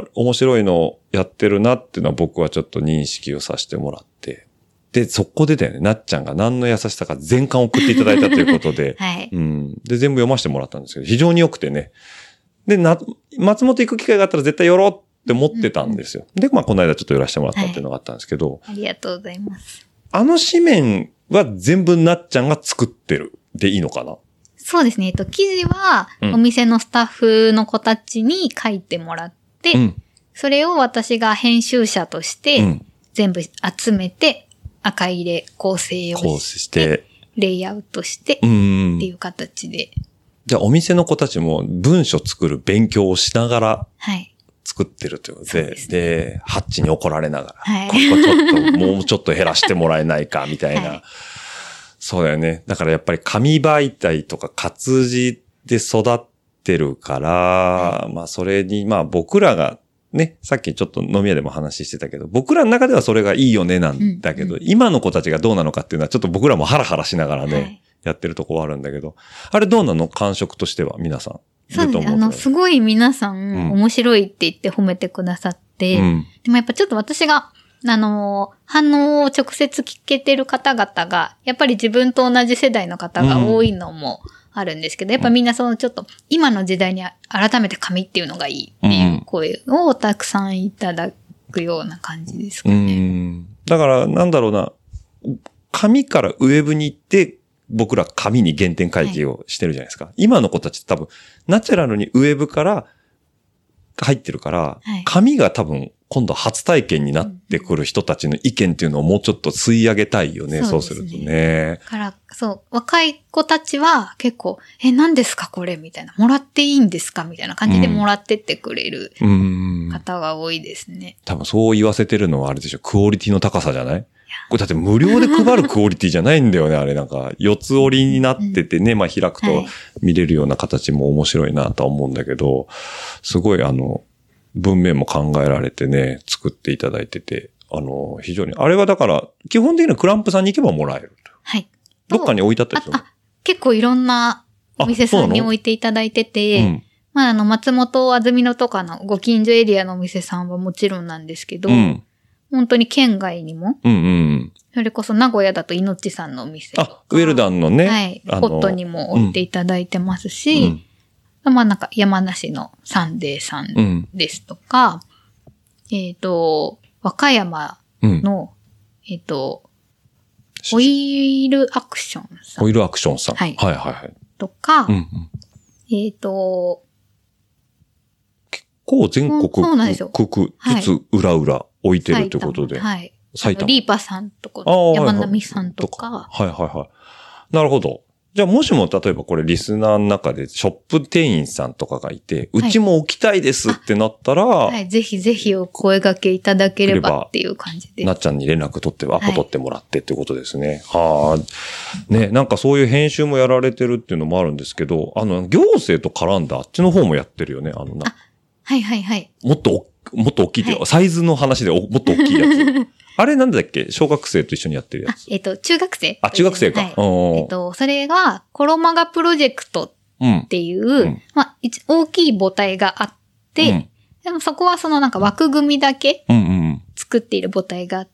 面白いのをやってるなっていうのは僕はちょっと認識をさせてもらって。で、そこでだよね、なっちゃんが何の優しさか全巻送っていただいたということで。で、全部読ませてもらったんですけど、非常に良くてね。で、松本行く機会があったら絶対寄ろうって思ってたんですよ。で、まあこの間ちょっと寄らせてもらったっていうのがあったんですけど。 ありがとうございます。 紙面は全部なっちゃんが作ってるでいいのかな？ そうですね。記事は、お店のスタッフの子たちに書いてもらって、それを私が編集者として、全部集めて、赤入れ、構成をして、レイアウトして、っていう形で。 じゃあ、お店の子たちも文章作る勉強をしながら、作ってるということで、で、ハッチに怒られながら、ここちょっと、もうちょっと減らしてもらえないか、みたいな。そうだよね。だからやっぱり紙媒体とか活字で育ってるから、まあそれに、まあ僕らがね、さっきちょっと飲み屋でも話してたけど、僕らの中ではそれがいいよねなんだけど、今の子たちがどうなのかっていうのはちょっと僕らもハラハラしながらね、 やってるとこはあるんだけど。あれどうなの？感触としては、皆さん。 そうですね。すごい皆さん、面白いって言って褒めてくださって、でもやっぱちょっと私が、反応を直接聞けてる方々が、やっぱり自分と同じ世代の方が多いのもあるんですけど、やっぱみんなちょっと、今の時代に改めて紙っていうのがいいっていう声をたくさんいただくような感じですかね。 だから、なんだろうな、紙からウェブに行って、僕ら紙に原点回帰をしてるじゃないですか。はい、今の子たちって多分、ナチュラルにウェブから入ってるから、紙が多分今度初体験になってくる人たちの意見っていうのをもうちょっと吸い上げたいよね、そうするとね。 若い子たちは結構、何ですかこれみたいな。もらっていいんですかみたいな感じでもらってってくれる方が多いですね。 多分そう言わせてるのはあれでしょ、クオリティの高さじゃない？これだって無料で配るクオリティじゃないんだよね、あれなんか。四つ折りになっててね、開くと見れるような形も面白いなとは思うんだけど、すごい文面も考えられてね、作っていただいてて、非常に、あれはだから、基本的にはクランプさんに行けばもらえる。 はい。 どっかに置いてあったりするの？ 結構いろんなお店さんに置いていただいてて、松本あずみのとかのご近所エリアのお店さんはもちろんなんですけど、本当に県外にも、それこそ名古屋だといのちさんのお店とか、 ウェルダンのね、 はい、ホットにも置いていただいてますし、なんか山梨のサンデーさんですとか、和歌山の、オイルアクションさん。 オイルアクションさん。 はい。 はいはいはい。 とか、 結構全国そうなんですよ。 ずつ裏裏置いてるってことで。 はい。 埼玉。 リーパさんとか、山並さんとか。 はいはいはい。なるほど。じゃあもしも例えばこれリスナーの中でショップ店員さんとかがいて、うちも置きたいですってなったら、 はい、ぜひぜひお声掛けいただければっていう感じで。 なっちゃんに連絡取って、アポ取ってもらってってことですね。はあ。ね、なんかそういう編集もやられてるっていうのもあるんですけど、行政と絡んだあっちの方もやってるよね、 はいはいはい。 もっと大きいっていう、サイズの話でもっと大きいやつ。あれなんだっけ？小学生と一緒にやってるやつ。 中学生。 中学生か。 はい、それが、コロマガプロジェクトっていう、大きい母体があって、でもそこはなんか枠組みだけ作っている母体があって、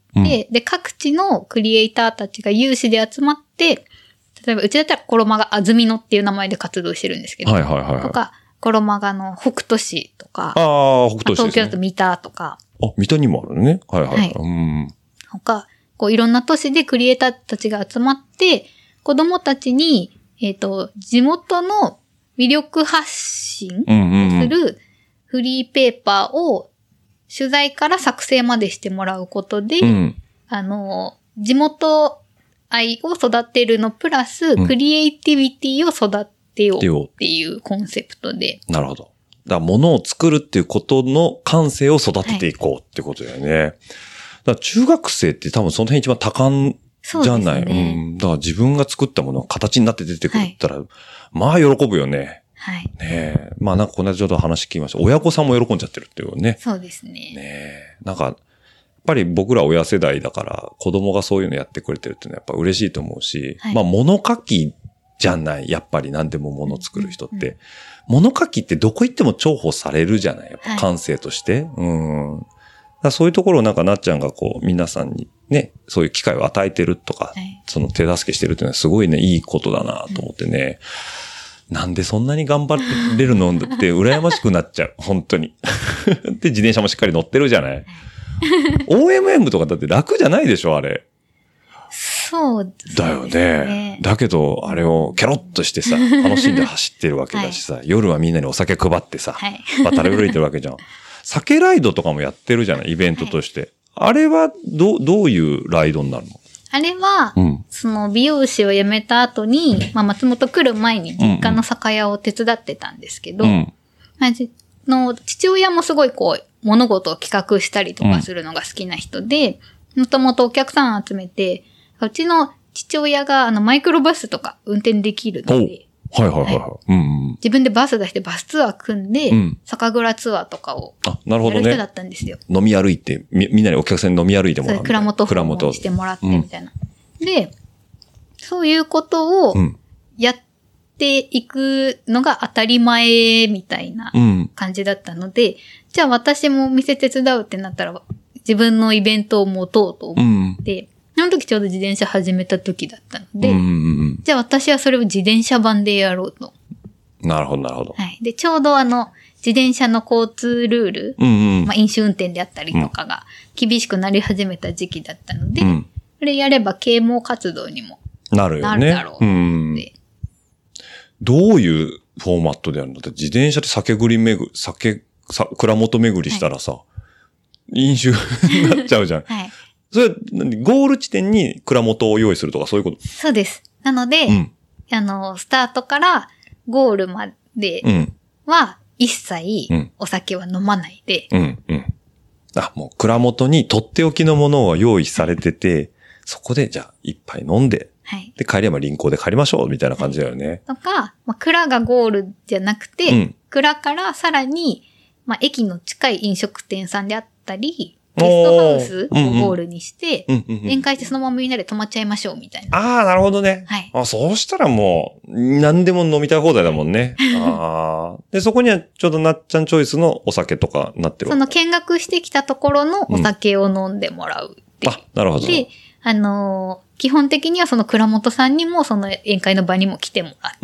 で、各地のクリエイターたちが有志で集まって、例えばうちだったらコロマガあずみのっていう名前で活動してるんですけど、とか、コロマガの北斗市とか、 北斗市、 東京だと三田とか、 三田にもあるね。はいはい。 他、いろんな都市でクリエイターたちが集まって、子供たちに、地元の魅力発信をするフリーペーパーを取材から作成までしてもらうことで、地元愛を育てるのプラス、クリエイティビティを育てようっていうコンセプトで。 なるほど。だから物を作るっていうことの感性を育てていこうってことだよね。だから中学生って多分その辺一番多感じゃない。だから自分が作ったものが形になって出てくるって言ったら、まあ喜ぶよね。 はい。 ねえ。まあなんかこの間ちょっと話聞きました。親御さんも喜んじゃってるっていうね。 そうですね。 ねえ。なんか、やっぱり僕ら親世代だから子供がそういうのやってくれてるっていうのはやっぱ嬉しいと思うし、まあ物書きじゃない。やっぱり何でも物作る人って。物書きってどこ行っても重宝されるじゃない。やっぱ感性として。だそういうところをなんかなっちゃんが皆さんにね、そういう機会を与えてるとか、その手助けしてるっていうのはすごいね、いいことだなと思ってね。なんでそんなに頑張れるのって羨ましくなっちゃう。本当に。で、自転車もしっかり乗ってるじゃない。OMM とかだって楽じゃないでしょ、あれ。 そうですね。 だよね。だけど、あれをケロッとしてさ、楽しんで走ってるわけだしさ、夜はみんなにお酒配ってさ、食べ歩いてるわけじゃん。酒ライドとかもやってるじゃない、イベントとして。あれはどういうライドになるの？ あれは、その美容師を辞めた後に、松本来る前に実家の酒屋を手伝ってたんですけど、父親もすごい物事を企画したりとかするのが好きな人で、もともとお客さん集めて、うちの父親がマイクロバスとか運転できるので、自分でバス出してバスツアー組んで、酒蔵ツアーとかをやる人だったんですよ。 飲み歩いて、みんなにお客さんに飲み歩いてもらう。 蔵元訪問してもらってみたいな。で、 そういうことをやっていくのが当たり前みたいな感じだったので、じゃあ私もお店手伝うってなったら自分のイベントを持とうと思って、その時ちょうど自転車始めた時だったので、じゃあ私はそれを自転車版でやろうと。 なるほど、なるほど。 はい。で、ちょうど自転車の交通ルール、まあ飲酒運転であったりとかが厳しくなり始めた時期だったので、それやれば啓蒙活動にもなるよね。 なるだろうと思って。 どういうフォーマットでやるの？だって自転車で蔵元巡りしたらさ、飲酒になっちゃうじゃん。はい。それはゴール地点に蔵元を用意するとかそういうこと？ そうです。なので、スタートからゴールまでは一切お酒は飲まないで。 もう蔵元にとっておきのものを用意されてて、そこでじゃあ一杯飲んで、はい、で帰りは臨港で帰りましょうみたいな感じだよね。 とか、蔵がゴールじゃなくて、蔵からさらに、駅の近い飲食店さんであったり、ゲストハウスをゴールにして、宴会してそのままみんなで泊まっちゃいましょうみたいな。 ああ、なるほどね。はい。そうしたらもう、何でも飲みたい放題だもんね。で、そこにはちょうどなっちゃんチョイスのお酒とかなってる。 その見学してきたところのお酒を飲んでもらうっていう。 なるほど。 で、基本的にはその蔵元さんにもその宴会の場にも来てもらって、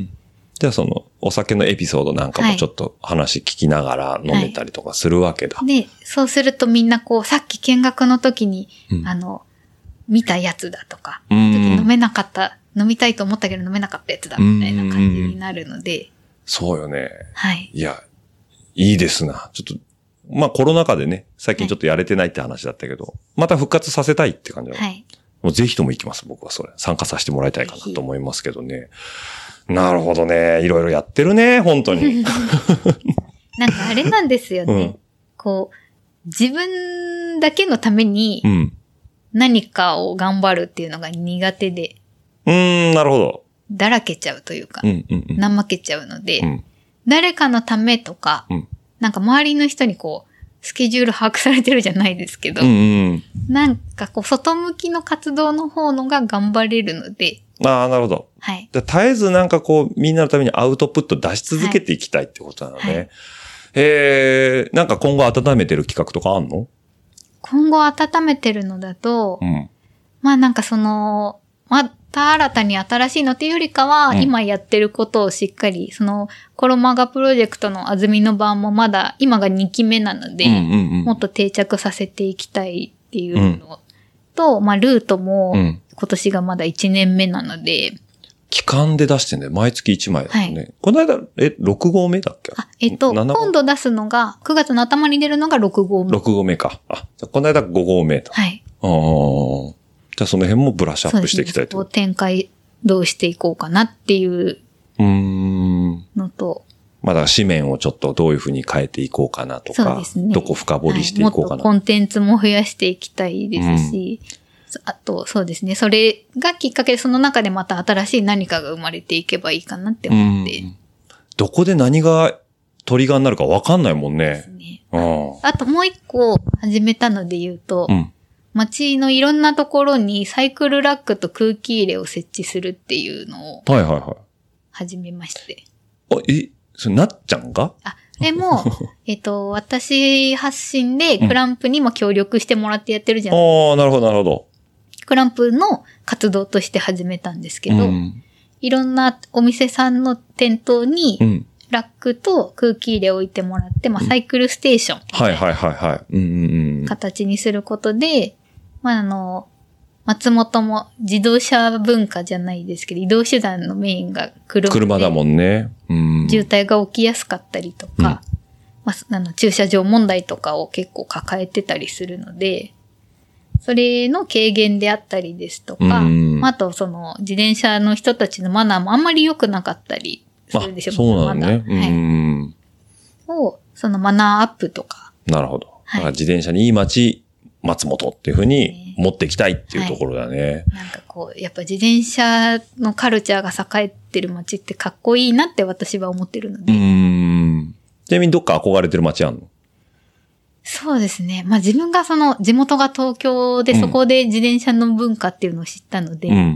じゃあそのお酒のエピソードなんかもちょっと話聞きながら飲めたりとかするわけだ。 で、そうするとみんなさっき見学の時に、見たやつだとか、飲めなかった、飲みたいと思ったけど飲めなかったやつだみたいな感じになるので。 そうよね。 はい。 いや、いいですな。ちょっと、コロナ禍でね、最近ちょっとやれてないって話だったけど、また復活させたいって感じだ。はい。もうぜひとも行きます、僕はそれ。参加させてもらいたいかなと思いますけどね。なるほどね。いろいろやってるね、本当に。 なんかあれなんですよね。自分だけのために何かを頑張るっていうのが苦手で。 なるほど。 だらけちゃうというか、怠けちゃうので、誰かのためとか、なんか周りの人にスケジュール把握されてるじゃないですけど、なんか外向きの活動の方のが頑張れるので。 なるほど。はい。絶えずなんかみんなのためにアウトプット出し続けていきたいってことなのね。はい、なんか今後温めてる企画とかあんの？ 今後温めてるのだと、なんかまた新たに新しいのっていうよりかは、今やってることをしっかり、コロマガプロジェクトの安住の番もまだ、今が2期目なので、もっと定着させていきたいっていうのと、ルートも、今年がまだ1年目なので。 期間で出してんだよ。毎月1枚だよね。はい、この間、6号目だっけ？ 今度出すのが、9月の頭に出るのが6号目。 6号目か。この間5号目だ。はい。じゃあその辺もブラッシュアップしていきたいと。 展開どうしていこうかなっていうのと。 だから紙面をちょっとどういうふうに変えていこうかなとか、そうですね、どこ深掘りしていこうかな。 もっとコンテンツも増やしていきたいですし、あとそうですね、それがきっかけでその中でまた新しい何かが生まれていけばいいかなって思って。 どこで何がトリガーになるか分かんないもんね。ですね。 あともう一個始めたので言うと、街のいろんなところにサイクルラックと空気入れを設置するっていうのを始めまして。 それなっちゃんが？ でも、私発信でクランプにも協力してもらってやってるじゃないですか。 なるほど、なるほど。 クランプの活動として始めたんですけど、いろんなお店さんの店頭に、ラックと空気入れ置いてもらって、サイクルステーションみたいな形にすることで、松本も自動車文化じゃないですけど、移動手段のメインが車だもんね。 渋滞が起きやすかったりとか、駐車場問題とかを結構抱えてたりするので、それの軽減であったりですとか、あと自転車の人たちのマナーもあんまり良くなかったりするんですよ。 そうなんだね。 マナーアップとか。 なるほど。だから自転車にいい街、松本っていう風に持っていきたいっていうところだね。 なんかやっぱ自転車のカルチャーが栄えてる街ってかっこいいなって私は思ってるので。 ちなみにどっか憧れてる街あんの？ そうですね。自分が地元が東京でそこで自転車の文化っていうのを知ったので、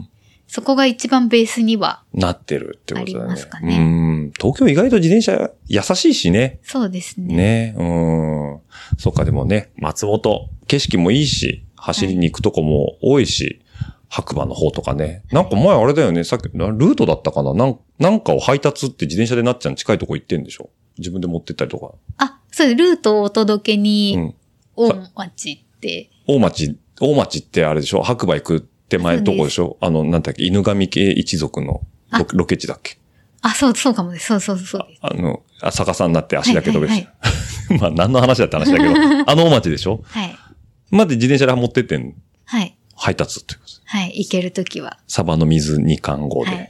そこが一番ベースにはなってるってことだね。 ありますかね。 東京意外と自転車優しいしね。 そうですね。 そっか、でもね、松本、景色もいいし、走りに行くとこも多いし、白馬の方とかね。なんか前あれだよね、さっき、ルートだったかななんかを配達って自転車でなっちゃん近いとこ行ってんでしょ？自分で持ってったりとか。 そうです。ルートをお届けに、大町って。 大町ってあれでしょ？白馬行く手前のとこでしょ？なんだっけ、犬神家一族のロケ地だっけ？ そうかもです。そうです。 逆さになって足だけ飛べし。まあ、何の話だって話だけど、大町でしょ？はい。まで自転車で持ってってん。はい。配達ってことです。 はい。行けるときは。 サバの水2缶号で。はい、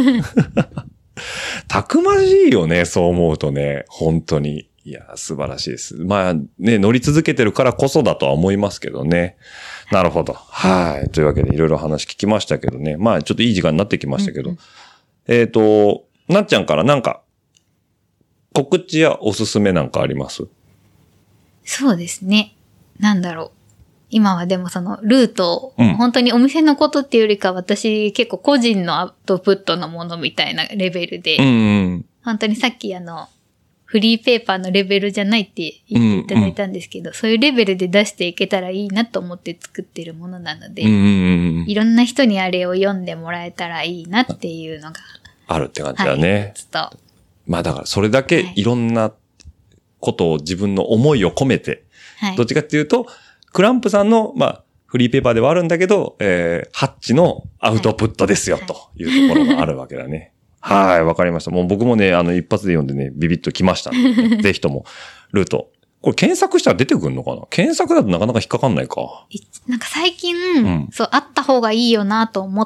たくましいよね、そう思うとね。本当に。いや、素晴らしいです。まあね、乗り続けてるからこそだとは思いますけどね。なるほど。はい。というわけでいろいろ話聞きましたけどね。まあちょっといい時間になってきましたけど。なっちゃんからなんか、告知やおすすめなんかあります？ そうですね。なんだろう。今はでもそのルート、本当にお店のことっていうよりか私結構個人のアウトプットのものみたいなレベルで、本当にさっきフリーペーパーのレベルじゃないって言っていただいたんですけど、そういうレベルで出していけたらいいなと思って作ってるものなので、いろんな人にあれを読んでもらえたらいいなっていうのがあるって感じだね。まあだからそれだけいろんなことを自分の思いを込めて、どっちかっていうと、クランプさんの、まあ、フリーペーパーではあるんだけど、ハッチのアウトプットですよ、というところがあるわけだね。はい、わかりました。もう僕もね、一発で読んでね、ビビッときましたんで、ぜひとも、ルート。これ検索したら出てくるのかな？検索だとなかなか引っかかんないか。 なんか最近、あった方がいいよなと思って、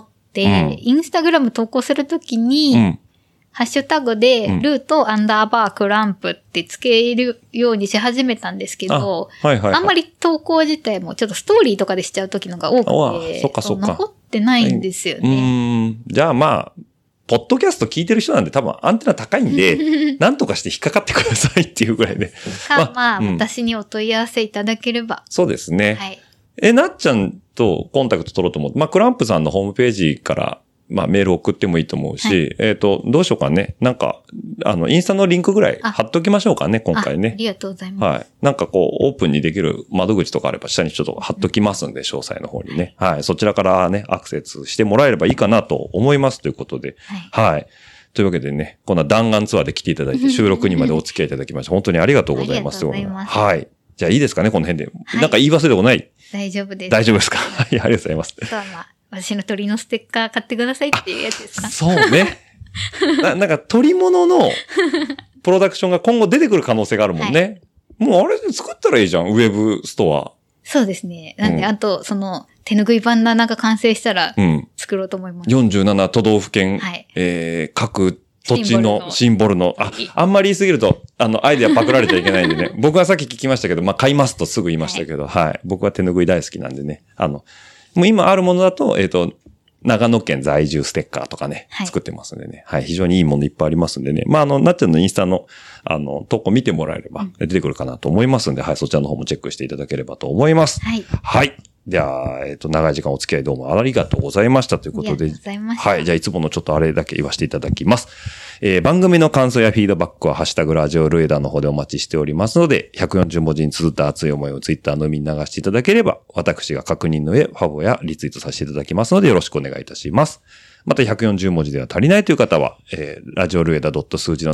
インスタグラム投稿するときに、ハッシュタグで、ルート_クランプってつけるようにし始めたんですけど、あんまり投稿自体もちょっとストーリーとかでしちゃう時のが多くて、残ってないんですよね。 じゃあまあ、ポッドキャスト聞いてる人なんで多分アンテナ高いんで、なんとかして引っかかってくださいっていうぐらいで。 まあ、私にお問い合わせいただければ。 そうですね。はい。なっちゃんとコンタクト取ろうと思って、まあ、クランプさんのホームページから、まあメール送ってもいいと思うし、どうしようかね。なんか、インスタのリンクぐらい貼っときましょうかね、今回ね。 ありがとうございます。 はい。なんかこう、オープンにできる窓口とかあれば下にちょっと貼っときますんで、詳細の方にね。はい。そちらからね、アクセスしてもらえればいいかなと思いますということで。はい。というわけでね、こんな弾丸ツアーで来ていただいて、収録にまでお付き合いいただきまして、本当にありがとうございます。ありがとうございます。はい。じゃあいいですかね、この辺で。なんか言い忘れてもない？ 大丈夫です。 大丈夫ですか？はい、ありがとうございます。 私の鳥のステッカー買ってくださいっていうやつですか？ そうね。なんか鳥物のプロダクションが今後出てくる可能性があるもんね。もうあれ作ったらいいじゃん、ウェブストア。 そうですね。なんで、あと、手拭いバンダナが完成したら、作ろうと思います。 47都道府県、各土地のシンボルの、あんまり言いすぎると、アイデアパクられちゃいけないんでね。僕はさっき聞きましたけど、まあ、買いますとすぐ言いましたけど、はい。僕は手拭い大好きなんでね。もう今あるものだと、長野県在住ステッカーとかね、作ってますんでね。はい。非常にいいものいっぱいありますんでね。まあ、なっちゃんのインスタの、投稿見てもらえれば、出てくるかなと思いますんで、はい。そちらの方もチェックしていただければと思います。はい。はい。では、長い時間お付き合いどうもありがとうございましたということで。ありがとうございました。はい。じゃあ、いつものちょっとあれだけ言わせていただきます。番組の感想やフィードバックは、ハッシュタグラジオルエダの方でお待ちしておりますので、140文字に綴った熱い思いをツイッターのみに流していただければ、私が確認の上、ファボやリツイートさせていただきますので、よろしくお願いいたします。また140文字では足りないという方は、ラジオルエダ数字の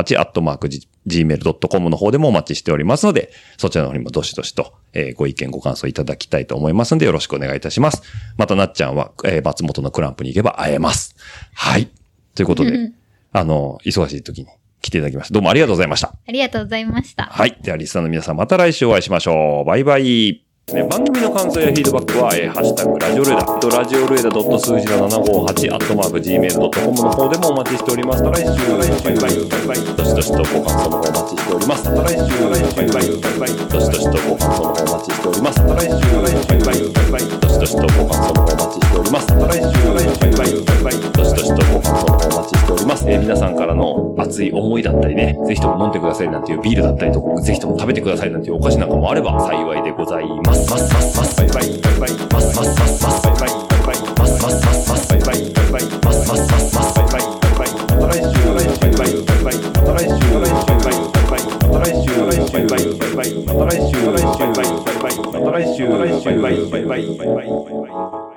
758 @gmail.com の方でもお待ちしておりますので、そちらの方にもどしどしと、ご意見ご感想いただきたいと思いますので、よろしくお願いいたします。またなっちゃんは、松本のクランプに行けば会えます。はい。ということで、忙しい時に来ていただきました。どうもありがとうございました。 ありがとうございました。 はい。では、リスナーの皆さんまた来週お会いしましょう。バイバイ。番組の感想やフィードバックは、ハッシュタグラジオルエダ、ラジオルエダ数字の758 @gmail.com の方でもお待ちしております。来週、バイバイ、どしどしとご感想の方お待ちしております。来週、バイバイ、どしどしとご感想の方お待ちしております。来週、バイバイ、どしどしとご感想の方お待ちしております。来週、バイバイ、どしどしとご感想の方お待ちしております。皆さんからの熱い思いだったりね、ぜひとも飲んでくださいなんていうビールだったりとか、ぜひとも食べてくださいなんていうお菓子なんかもあれば幸いでございます。バイバイバイバイバイバイバイバイバイバイバイバイバイバイバイバイバイ。